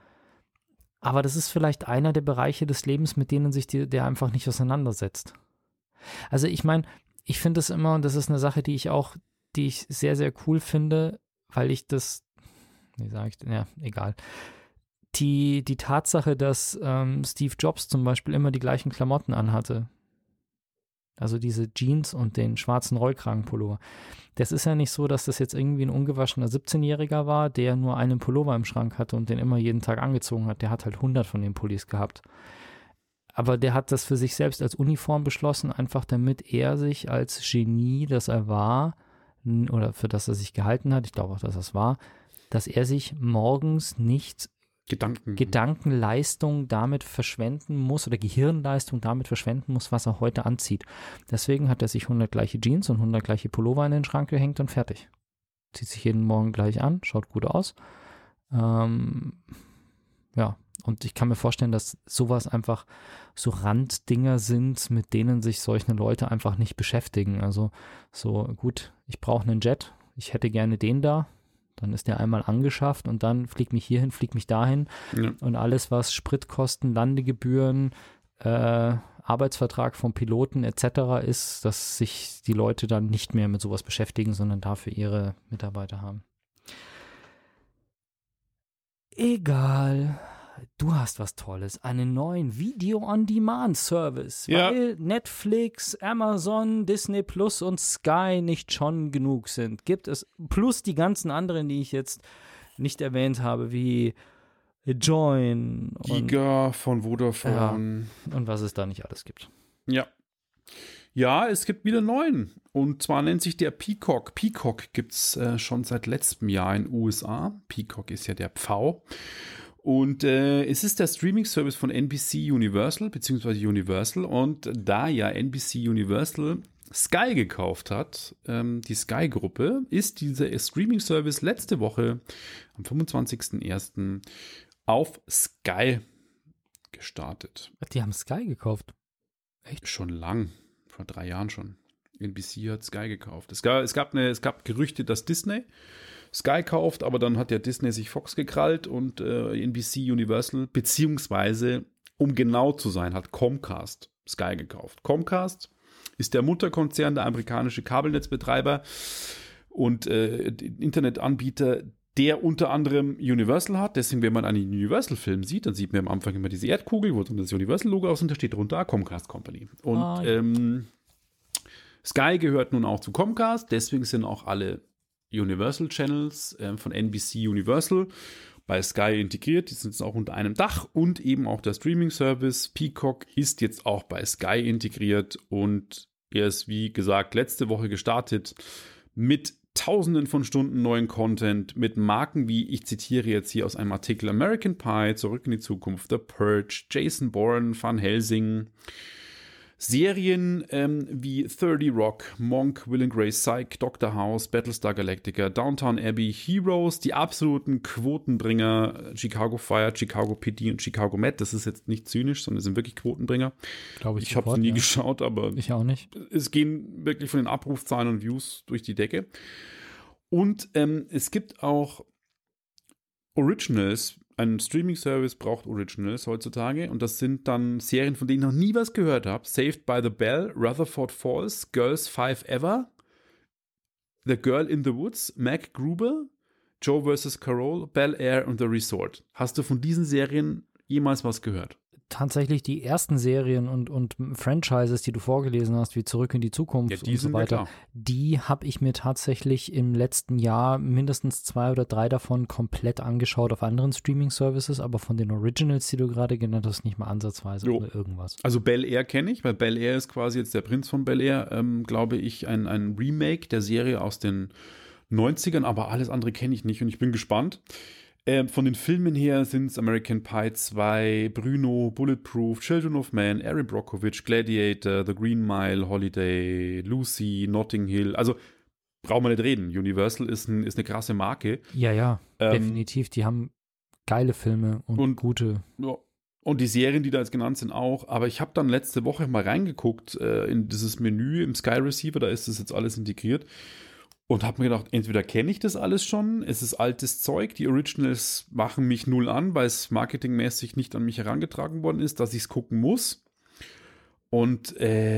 Aber das ist vielleicht einer der Bereiche des Lebens, mit denen sich der einfach nicht auseinandersetzt. Also ich meine, ich finde es immer, und das ist eine Sache, die ich sehr, sehr cool finde, weil ich das, wie sage ich, ja, egal. Die Tatsache, dass Steve Jobs zum Beispiel immer die gleichen Klamotten anhatte, also diese Jeans und den schwarzen Rollkragenpullover, das ist ja nicht so, dass das jetzt irgendwie ein ungewaschener 17-Jähriger war, der nur einen Pullover im Schrank hatte und den immer jeden Tag angezogen hat. Der hat halt 100 von den Pullis gehabt. Aber der hat das für sich selbst als Uniform beschlossen, einfach damit er sich als Genie, das er war, oder für das er sich gehalten hat, ich glaube auch, dass das war, dass er sich morgens nicht Gedankenleistung damit verschwenden muss oder Gehirnleistung damit verschwenden muss, was er heute anzieht. Deswegen hat er sich 100 gleiche Jeans und 100 gleiche Pullover in den Schrank gehängt und fertig. Zieht sich jeden Morgen gleich an, schaut gut aus. Ja, und ich kann mir vorstellen, dass sowas einfach so Randdinger sind, mit denen sich solche Leute einfach nicht beschäftigen. Also so, gut, ich brauche einen Jet, ich hätte gerne den da, dann ist der einmal angeschafft und dann flieg mich hierhin, flieg mich dahin. Ja. Und alles, was Spritkosten, Landegebühren, Arbeitsvertrag vom Piloten etc. ist, dass sich die Leute dann nicht mehr mit sowas beschäftigen, sondern dafür ihre Mitarbeiter haben. Egal. Du hast was Tolles, einen neuen Video-on-Demand-Service, ja. Weil Netflix, Amazon, Disney Plus und Sky nicht schon genug sind. Gibt es, plus die ganzen anderen, die ich jetzt nicht erwähnt habe, wie Join. Giga von Vodafone. Ja, und was es da nicht alles gibt. Ja. Ja, es gibt wieder einen neuen. Und zwar nennt sich der Peacock. Peacock gibt es schon seit letztem Jahr in den USA. Peacock ist ja der Pfau. Und es ist der Streaming-Service von NBC Universal, beziehungsweise Universal. Und da ja NBC Universal Sky gekauft hat, die Sky-Gruppe, ist dieser Streaming-Service letzte Woche am 25.01. auf Sky gestartet. Die haben Sky gekauft. Schon lang, vor 3 Jahren schon. NBC hat Sky gekauft. Es gab Gerüchte, dass Disney Sky kauft, aber dann hat ja Disney sich Fox gekrallt und NBC Universal, beziehungsweise, um genau zu sein, hat Comcast Sky gekauft. Comcast ist der Mutterkonzern, der amerikanische Kabelnetzbetreiber und Internetanbieter, der unter anderem Universal hat. Deswegen, wenn man einen Universal-Film sieht, dann sieht man am Anfang immer diese Erdkugel, wo dann das Universal-Logo aus und da steht drunter Comcast Company. Und Sky gehört nun auch zu Comcast, deswegen sind auch alle Universal-Channels von NBC Universal bei Sky integriert. Die sind jetzt auch unter einem Dach und eben auch der Streaming-Service Peacock ist jetzt auch bei Sky integriert und er ist, wie gesagt, letzte Woche gestartet mit Tausenden von Stunden neuen Content, mit Marken wie, ich zitiere jetzt hier aus einem Artikel, American Pie, Zurück in die Zukunft, The Purge, Jason Bourne, Van Helsing, Serien wie 30 Rock, Monk, Will and Grace, Psych, Dr. House, Battlestar Galactica, Downton Abbey, Heroes, die absoluten Quotenbringer, Chicago Fire, Chicago PD und Chicago Med. Das ist jetzt nicht zynisch, sondern sind wirklich Quotenbringer. Glaube ich. Ich habe nie geschaut, aber ich auch nicht. Es gehen wirklich von den Abrufzahlen und Views durch die Decke. Und es gibt auch Originals. Ein Streaming-Service braucht Originals heutzutage und das sind dann Serien, von denen ich noch nie was gehört habe. Saved by the Bell, Rutherford Falls, Girls 5 Ever, The Girl in the Woods, Mac Gruber, Joe vs. Carole, Bel Air und The Resort. Hast du von diesen Serien jemals was gehört? Tatsächlich die ersten Serien und Franchises, die du vorgelesen hast, wie Zurück in die Zukunft und so weiter, die habe ich mir tatsächlich im letzten Jahr mindestens 2 oder 3 davon komplett angeschaut auf anderen Streaming-Services, aber von den Originals, die du gerade genannt hast, nicht mal ansatzweise oder irgendwas. Also Bel Air kenne ich, weil Bel Air ist quasi jetzt der Prinz von Bel Air, glaube ich, ein Remake der Serie aus den 90ern, aber alles andere kenne ich nicht und ich bin gespannt. Von den Filmen her sind es American Pie 2, Bruno, Bulletproof, Children of Men, Erin Brockovich, Gladiator, The Green Mile, Holiday, Lucy, Notting Hill. Also brauchen wir nicht reden. Universal ist eine krasse Marke. Ja, definitiv. Die haben geile Filme und gute. Ja. Und die Serien, die da jetzt genannt sind, auch. Aber ich habe dann letzte Woche mal reingeguckt in dieses Menü im Sky Receiver. Da ist das jetzt alles integriert. Und habe mir gedacht, entweder kenne ich das alles schon, es ist altes Zeug, die Originals machen mich null an, weil es marketingmäßig nicht an mich herangetragen worden ist, dass ich es gucken muss. Und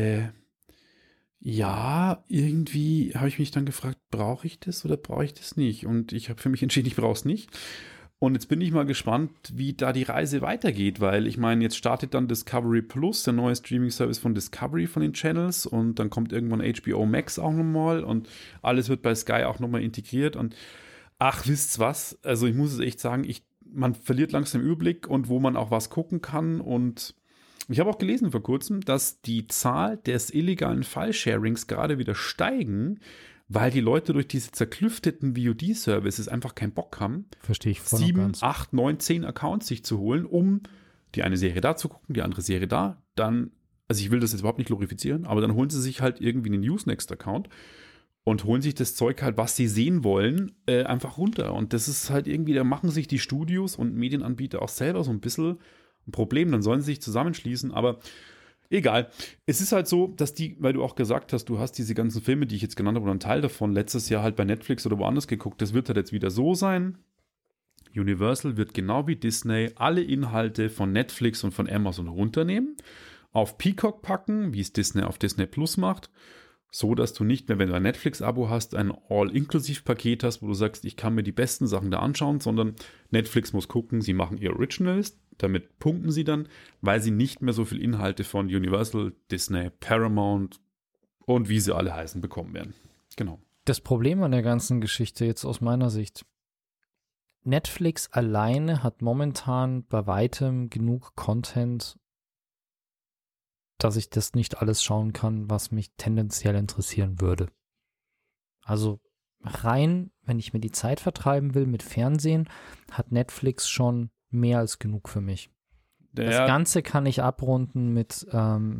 ja, irgendwie habe ich mich dann gefragt, brauche ich das oder brauche ich das nicht? Und ich habe für mich entschieden, ich brauche es nicht. Und jetzt bin ich mal gespannt, wie da die Reise weitergeht, weil ich meine, jetzt startet dann Discovery Plus, der neue Streaming-Service von Discovery von den Channels und dann kommt irgendwann HBO Max auch nochmal und alles wird bei Sky auch nochmal integriert und ach, wisst's was, also ich muss es echt sagen, man verliert langsam den Überblick und wo man auch was gucken kann und ich habe auch gelesen vor kurzem, dass die Zahl des illegalen File-Sharings gerade wieder steigen, weil die Leute durch diese zerklüfteten VOD-Services einfach keinen Bock haben, verstehe ich voll 7, 8, 9, 10 Accounts sich zu holen, um die eine Serie da zu gucken, die andere Serie da, dann, also ich will das jetzt überhaupt nicht glorifizieren, aber dann holen sie sich halt irgendwie einen Usenext-Account und holen sich das Zeug halt, was sie sehen wollen, einfach runter. Und das ist halt irgendwie, da machen sich die Studios und Medienanbieter auch selber so ein bisschen ein Problem, dann sollen sie sich zusammenschließen, aber egal. Es ist halt so, dass weil du auch gesagt hast, du hast diese ganzen Filme, die ich jetzt genannt habe, oder einen Teil davon letztes Jahr halt bei Netflix oder woanders geguckt. Das wird halt jetzt wieder so sein. Universal wird genau wie Disney alle Inhalte von Netflix und von Amazon runternehmen, auf Peacock packen, wie es Disney auf Disney Plus macht, so dass du nicht mehr, wenn du ein Netflix-Abo hast, ein All-Inklusiv-Paket hast, wo du sagst, ich kann mir die besten Sachen da anschauen, sondern Netflix muss gucken, sie machen ihr Originals, damit punkten sie dann, weil sie nicht mehr so viel Inhalte von Universal, Disney, Paramount und wie sie alle heißen bekommen werden. Genau. Das Problem an der ganzen Geschichte jetzt aus meiner Sicht, Netflix alleine hat momentan bei weitem genug Content, dass ich das nicht alles schauen kann, was mich tendenziell interessieren würde. Also rein, wenn ich mir die Zeit vertreiben will mit Fernsehen, hat Netflix schon mehr als genug für mich. Das Ganze kann ich abrunden mit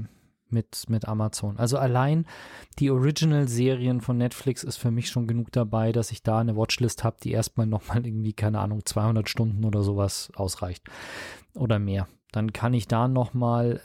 mit Amazon. Also allein die Original-Serien von Netflix ist für mich schon genug dabei, dass ich da eine Watchlist habe, die erstmal nochmal irgendwie, keine Ahnung, 200 Stunden oder sowas ausreicht oder mehr. Dann kann ich da nochmal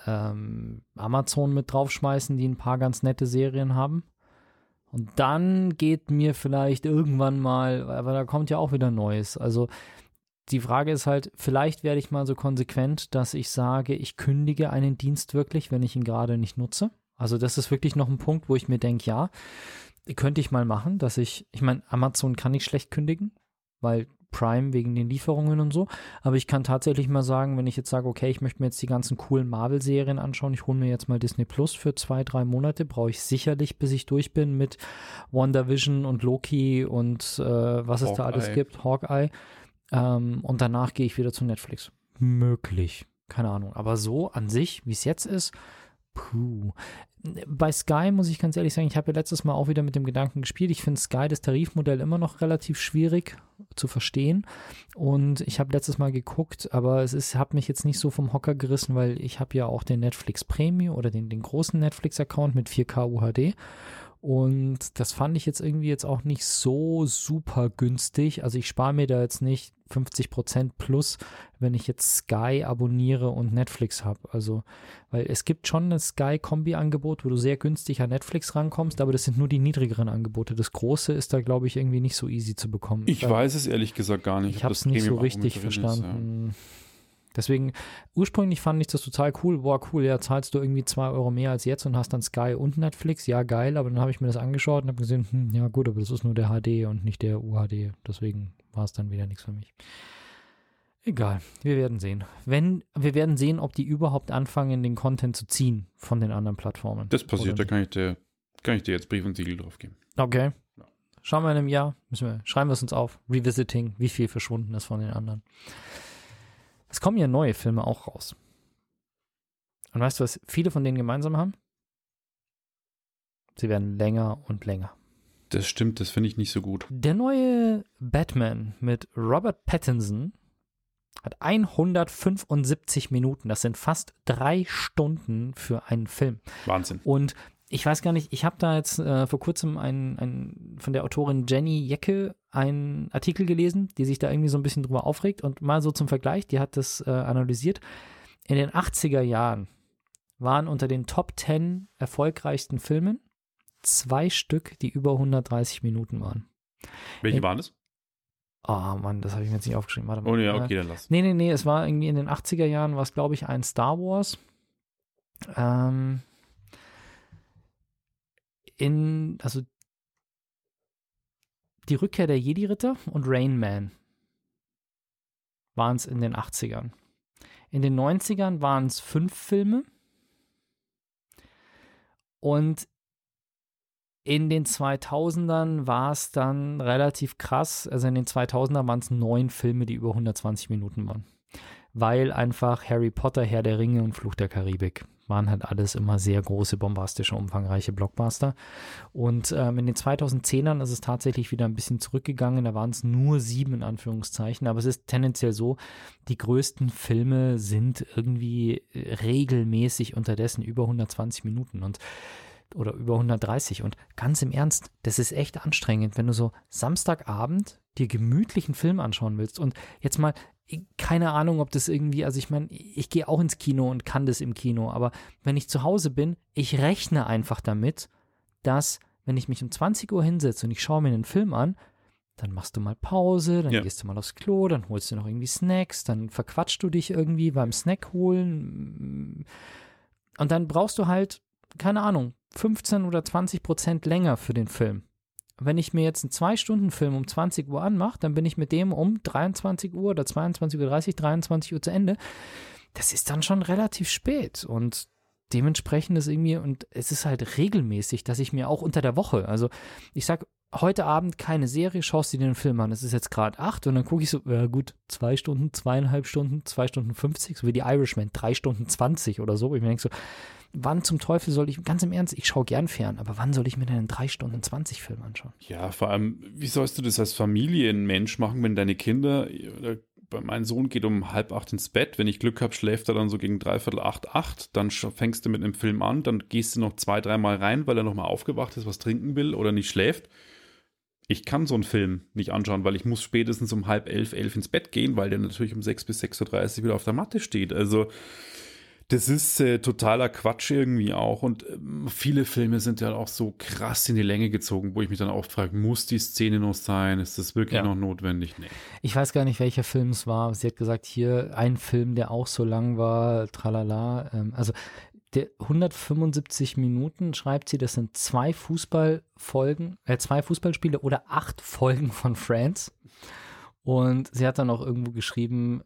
Amazon mit draufschmeißen, die ein paar ganz nette Serien haben. Und dann geht mir vielleicht irgendwann mal, aber da kommt ja auch wieder Neues. Also die Frage ist halt, vielleicht werde ich mal so konsequent, dass ich sage, ich kündige einen Dienst wirklich, wenn ich ihn gerade nicht nutze. Also das ist wirklich noch ein Punkt, wo ich mir denke, ja, könnte ich mal machen, dass ich meine, Amazon kann ich schlecht kündigen, weil Prime wegen den Lieferungen und so, aber ich kann tatsächlich mal sagen, wenn ich jetzt sage, okay, ich möchte mir jetzt die ganzen coolen Marvel-Serien anschauen, ich hole mir jetzt mal Disney Plus für 2-3 Monate, brauche ich sicherlich, bis ich durch bin mit WandaVision und Loki und was es da alles gibt, Hawkeye, und danach gehe ich wieder zu Netflix. Möglich, keine Ahnung, aber so an sich, wie es jetzt ist, puh. Bei Sky muss ich ganz ehrlich sagen, ich habe ja letztes Mal auch wieder mit dem Gedanken gespielt. Ich finde Sky, das Tarifmodell, immer noch relativ schwierig zu verstehen. Und ich habe letztes Mal geguckt, aber hat mich jetzt nicht so vom Hocker gerissen, weil ich habe ja auch den Netflix Premium oder den großen Netflix-Account mit 4K UHD. Und das fand ich jetzt irgendwie jetzt auch nicht so super günstig. Also ich spare mir da jetzt nicht 50% plus, wenn ich jetzt Sky abonniere und Netflix habe. Also, weil es gibt schon ein Sky-Kombi-Angebot, wo du sehr günstig an Netflix rankommst, aber das sind nur die niedrigeren Angebote. Das große ist da, glaube ich, irgendwie nicht so easy zu bekommen. Ich weiß es ehrlich gesagt gar nicht. Ich habe es nicht so richtig verstanden. Ja. Deswegen, ursprünglich fand ich das total cool. Boah, cool, ja, zahlst du irgendwie 2 Euro mehr als jetzt und hast dann Sky und Netflix. Ja, geil, aber dann habe ich mir das angeschaut und habe gesehen, ja gut, aber das ist nur der HD und nicht der UHD. Deswegen war es dann wieder nichts für mich. Egal, wir werden sehen. Wir werden sehen, ob die überhaupt anfangen, den Content zu ziehen von den anderen Plattformen. Das passiert, da kann ich dir jetzt Brief und Siegel drauf geben. Okay. Ja. Schauen wir in einem Jahr, schreiben wir es uns auf. Revisiting, wie viel verschwunden ist von den anderen. Es kommen ja neue Filme auch raus. Und weißt du, was viele von denen gemeinsam haben? Sie werden länger und länger. Das stimmt, das finde ich nicht so gut. Der neue Batman mit Robert Pattinson hat 175 Minuten. Das sind fast 3 Stunden für einen Film. Wahnsinn. Und ich weiß gar nicht, ich habe da jetzt vor kurzem von der Autorin Jenny Jecke einen Artikel gelesen, die sich da irgendwie so ein bisschen drüber aufregt und mal so zum Vergleich, die hat das analysiert. In den 80er Jahren waren unter den Top 10 erfolgreichsten Filmen 2 Stück, die über 130 Minuten waren. Welche waren das? Oh Mann, das habe ich mir jetzt nicht aufgeschrieben. Warte mal. Oh ja, okay, dann lass. Nee, es war irgendwie in den 80er Jahren, war es glaube ich ein Star Wars. Also die Rückkehr der Jedi-Ritter und Rain Man waren es in den 80ern. In den 90ern waren es 5 Filme und in den 2000ern war es dann relativ krass, also in den 2000ern waren es 9 Filme, die über 120 Minuten waren. Weil einfach Harry Potter, Herr der Ringe und Fluch der Karibik waren halt alles immer sehr große, bombastische, umfangreiche Blockbuster. Und in den 2010ern ist es tatsächlich wieder ein bisschen zurückgegangen, da waren es nur 7 in Anführungszeichen, aber es ist tendenziell so, die größten Filme sind irgendwie regelmäßig unterdessen über 120 Minuten oder über 130 und ganz im Ernst, das ist echt anstrengend, wenn du so Samstagabend dir gemütlichen Film anschauen willst und jetzt mal keine Ahnung, ob das irgendwie, also ich meine, ich gehe auch ins Kino und kann das im Kino, aber wenn ich zu Hause bin, ich rechne einfach damit, dass, wenn ich mich um 20 Uhr hinsetze und ich schaue mir einen Film an, dann machst du mal Pause, dann gehst du mal aufs Klo, dann holst du noch irgendwie Snacks, dann verquatschst du dich irgendwie beim Snack holen und dann brauchst du halt, keine Ahnung, 15 oder 20% länger für den Film. Wenn ich mir jetzt einen 2-Stunden-Film um 20 Uhr anmache, dann bin ich mit dem um 23 Uhr oder 22.30 Uhr, 23 Uhr zu Ende. Das ist dann schon relativ spät und dementsprechend ist irgendwie, und es ist halt regelmäßig, dass ich mir auch unter der Woche, also ich sag, heute Abend keine Serie, schaust du dir den Film an, es ist jetzt gerade 8 und dann gucke ich so, ja gut, 2 Stunden, 2,5 Stunden, 2 Stunden 50, so wie die Irishman, 3 Stunden 20 oder so. Ich mir denke so, wann zum Teufel soll ich, ganz im Ernst, ich schaue gern fern, aber wann soll ich mir denn einen 3 Stunden 20 Film anschauen? Ja, vor allem, wie sollst du das als Familienmensch machen, wenn deine Kinder mein Sohn geht um 7:30 ins Bett. Wenn ich Glück habe, schläft er dann so gegen 7:45, 8. Dann fängst du mit einem Film an, dann gehst du noch 2-3 Mal rein, weil er nochmal aufgewacht ist, was trinken will oder nicht schläft. Ich kann so einen Film nicht anschauen, weil ich muss spätestens um 10:30, 11 ins Bett gehen, weil der natürlich um 6 bis 6:30 Uhr wieder auf der Matte steht. Also das ist totaler Quatsch irgendwie auch. Und viele Filme sind ja auch so krass in die Länge gezogen, wo ich mich dann auch frage, muss die Szene noch sein? Ist das wirklich noch notwendig? Nee. Ich weiß gar nicht, welcher Film es war. Sie hat gesagt, hier ein Film, der auch so lang war, tralala. Also der 175 Minuten, schreibt sie, das sind 2 Fußballspiele oder 8 Folgen von Friends. Und sie hat dann auch irgendwo geschrieben,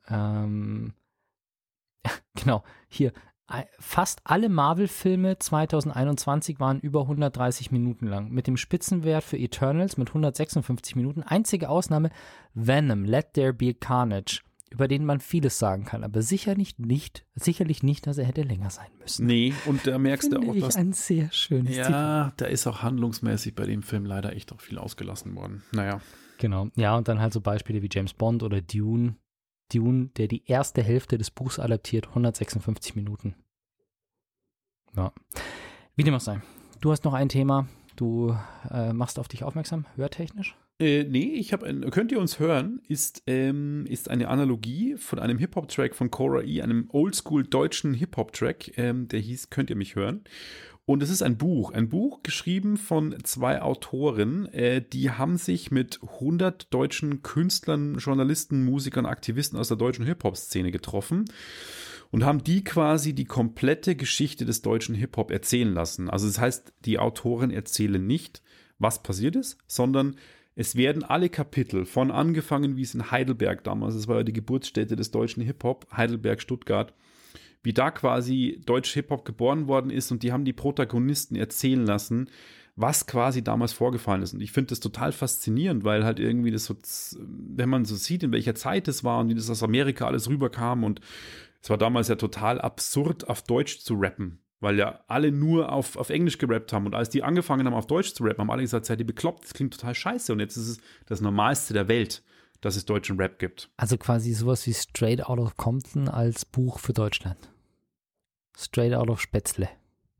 genau, hier, fast alle Marvel-Filme 2021 waren über 130 Minuten lang. Mit dem Spitzenwert für Eternals mit 156 Minuten. Einzige Ausnahme, Venom, Let There Be Carnage, über den man vieles sagen kann, aber sicherlich nicht, dass er hätte länger sein müssen. Nee, und da merkst du auch, dass ein sehr schönes Titel. Ja, da ist auch handlungsmäßig bei dem Film leider echt auch viel ausgelassen worden. Naja. Genau, ja, und dann halt so Beispiele wie James Bond oder Dune. Dune, der die erste Hälfte des Buchs adaptiert, 156 Minuten. Ja. Wie dem auch sei. Du hast noch ein Thema, du machst auf dich aufmerksam, hörtechnisch? Nee, könnt ihr uns hören, ist eine Analogie von einem Hip-Hop-Track von Cora E., einem oldschool deutschen Hip-Hop-Track, der hieß Könnt ihr mich hören? Und es ist ein Buch geschrieben von 2 Autoren, die haben sich mit 100 deutschen Künstlern, Journalisten, Musikern, Aktivisten aus der deutschen Hip-Hop-Szene getroffen und haben die quasi die komplette Geschichte des deutschen Hip-Hop erzählen lassen. Also das heißt, die Autoren erzählen nicht, was passiert ist, sondern es werden alle Kapitel von angefangen, wie es in Heidelberg damals, das war ja die Geburtsstätte des deutschen Hip-Hop, Heidelberg, Stuttgart, wie da quasi deutsch Hip-Hop geboren worden ist und die haben die Protagonisten erzählen lassen, was quasi damals vorgefallen ist. Und ich finde das total faszinierend, weil halt irgendwie das so, wenn man so sieht, in welcher Zeit es war und wie das aus Amerika alles rüberkam und es war damals ja total absurd, auf Deutsch zu rappen, weil ja alle nur auf Englisch gerappt haben und als die angefangen haben, auf Deutsch zu rappen, haben alle gesagt, seid ihr bekloppt, das klingt total scheiße und jetzt ist es das Normalste der Welt, dass es deutschen Rap gibt. Also quasi sowas wie Straight Out of Compton als Buch für Deutschland. Straight Out of Spätzle.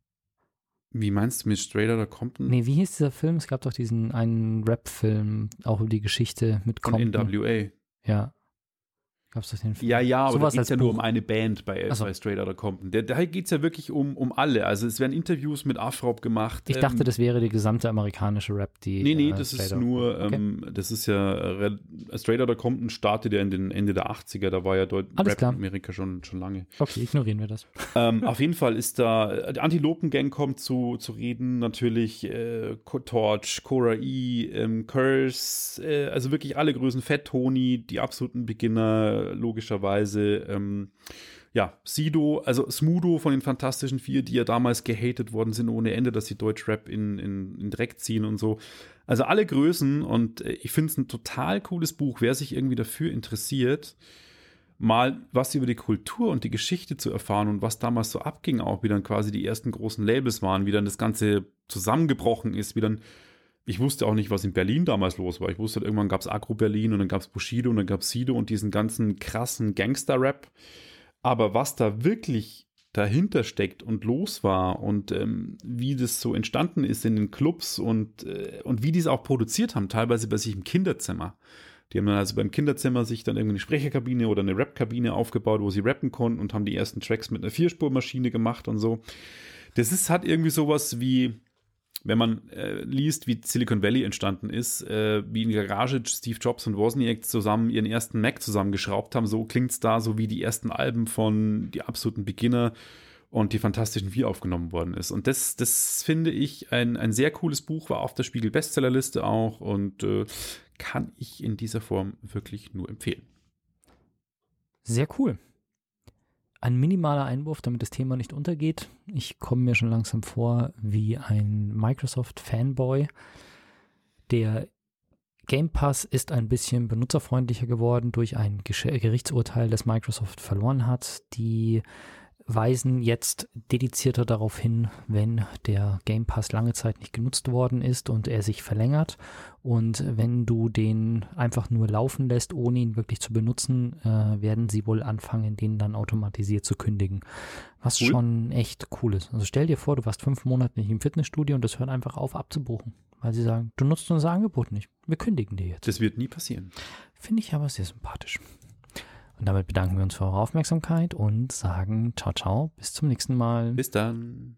Wie meinst du mit Straight Outta Compton? Nee, wie hieß dieser Film? Es gab doch diesen einen Rap-Film, auch über die Geschichte mit Von Compton. NWA. Ja. Gab's doch den Film? Ja, aber sowas da geht es ja nur Buch. um eine Band bei Straight Outta Compton. Da geht es ja wirklich um alle. Also es werden Interviews mit Afrop gemacht. Ich dachte, das wäre die gesamte amerikanische Rap, die... Nee, das ist nur, das ist ja, Straight Outta Compton startet ja in den Ende der 80er, da war ja Rap in Amerika schon lange. Okay, ignorieren wir das. Auf jeden Fall ist da, die Antilopen-Gang kommt zu reden, natürlich Torch, Cora E., Curse, also wirklich alle Größen, Fat Tony, die absoluten Beginner, logischerweise, Sido, also Smudo von den Fantastischen Vier, die ja damals gehatet worden sind ohne Ende, dass sie Deutschrap in Dreck ziehen und so. Also alle Größen und ich finde es ein total cooles Buch, wer sich irgendwie dafür interessiert, mal was über die Kultur und die Geschichte zu erfahren und was damals so abging, auch wie dann quasi die ersten großen Labels waren, wie dann das Ganze zusammengebrochen ist, wie dann ich wusste auch nicht, was in Berlin damals los war. Ich wusste, irgendwann gab es Agro Berlin und dann gab es Bushido und dann gab es Sido und diesen ganzen krassen Gangster-Rap. Aber was da wirklich dahinter steckt und los war und wie das so entstanden ist in den Clubs und wie die es auch produziert haben, teilweise bei sich im Kinderzimmer. Die haben dann also beim Kinderzimmer sich dann irgendwie eine Sprecherkabine oder eine Rapkabine aufgebaut, wo sie rappen konnten und haben die ersten Tracks mit einer 4-Spur-Maschine gemacht und so. Hat irgendwie sowas wie, wenn man liest, wie Silicon Valley entstanden ist, wie in der Garage Steve Jobs und Wozniak zusammen ihren ersten Mac zusammengeschraubt haben, so klingt es da, so wie die ersten Alben von die absoluten Beginner und die Fantastischen Vier aufgenommen worden ist. Und das finde ich ein sehr cooles Buch, war auf der Spiegel-Bestsellerliste auch und kann ich in dieser Form wirklich nur empfehlen. Sehr cool. Ein minimaler Einwurf, damit das Thema nicht untergeht. Ich komme mir schon langsam vor wie ein Microsoft-Fanboy. Der Game Pass ist ein bisschen benutzerfreundlicher geworden durch ein Gerichtsurteil, das Microsoft verloren hat. Die weisen jetzt dedizierter darauf hin, wenn der Game Pass lange Zeit nicht genutzt worden ist und er sich verlängert. Und wenn du den einfach nur laufen lässt, ohne ihn wirklich zu benutzen, werden sie wohl anfangen, den dann automatisiert zu kündigen. Was schon echt cool ist. Also stell dir vor, du warst 5 Monate nicht im Fitnessstudio und das hört einfach auf abzubuchen. Weil sie sagen, du nutzt unser Angebot nicht. Wir kündigen dir jetzt. Das wird nie passieren. Finde ich aber sehr sympathisch. Und damit bedanken wir uns für eure Aufmerksamkeit und sagen ciao, ciao, bis zum nächsten Mal. Bis dann.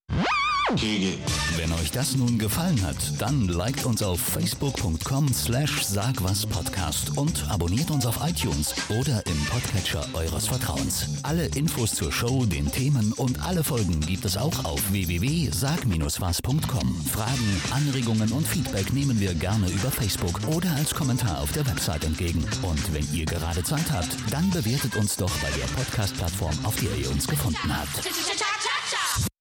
Wenn euch das nun gefallen hat, dann liked uns auf facebook.com/sagwaspodcast und abonniert uns auf iTunes oder im Podcatcher eures Vertrauens. Alle Infos zur Show, den Themen und alle Folgen gibt es auch auf www.sag-was.com. Fragen, Anregungen und Feedback nehmen wir gerne über Facebook oder als Kommentar auf der Website entgegen. Und wenn ihr gerade Zeit habt, dann bewertet uns doch bei der Podcast-Plattform, auf der ihr uns gefunden habt.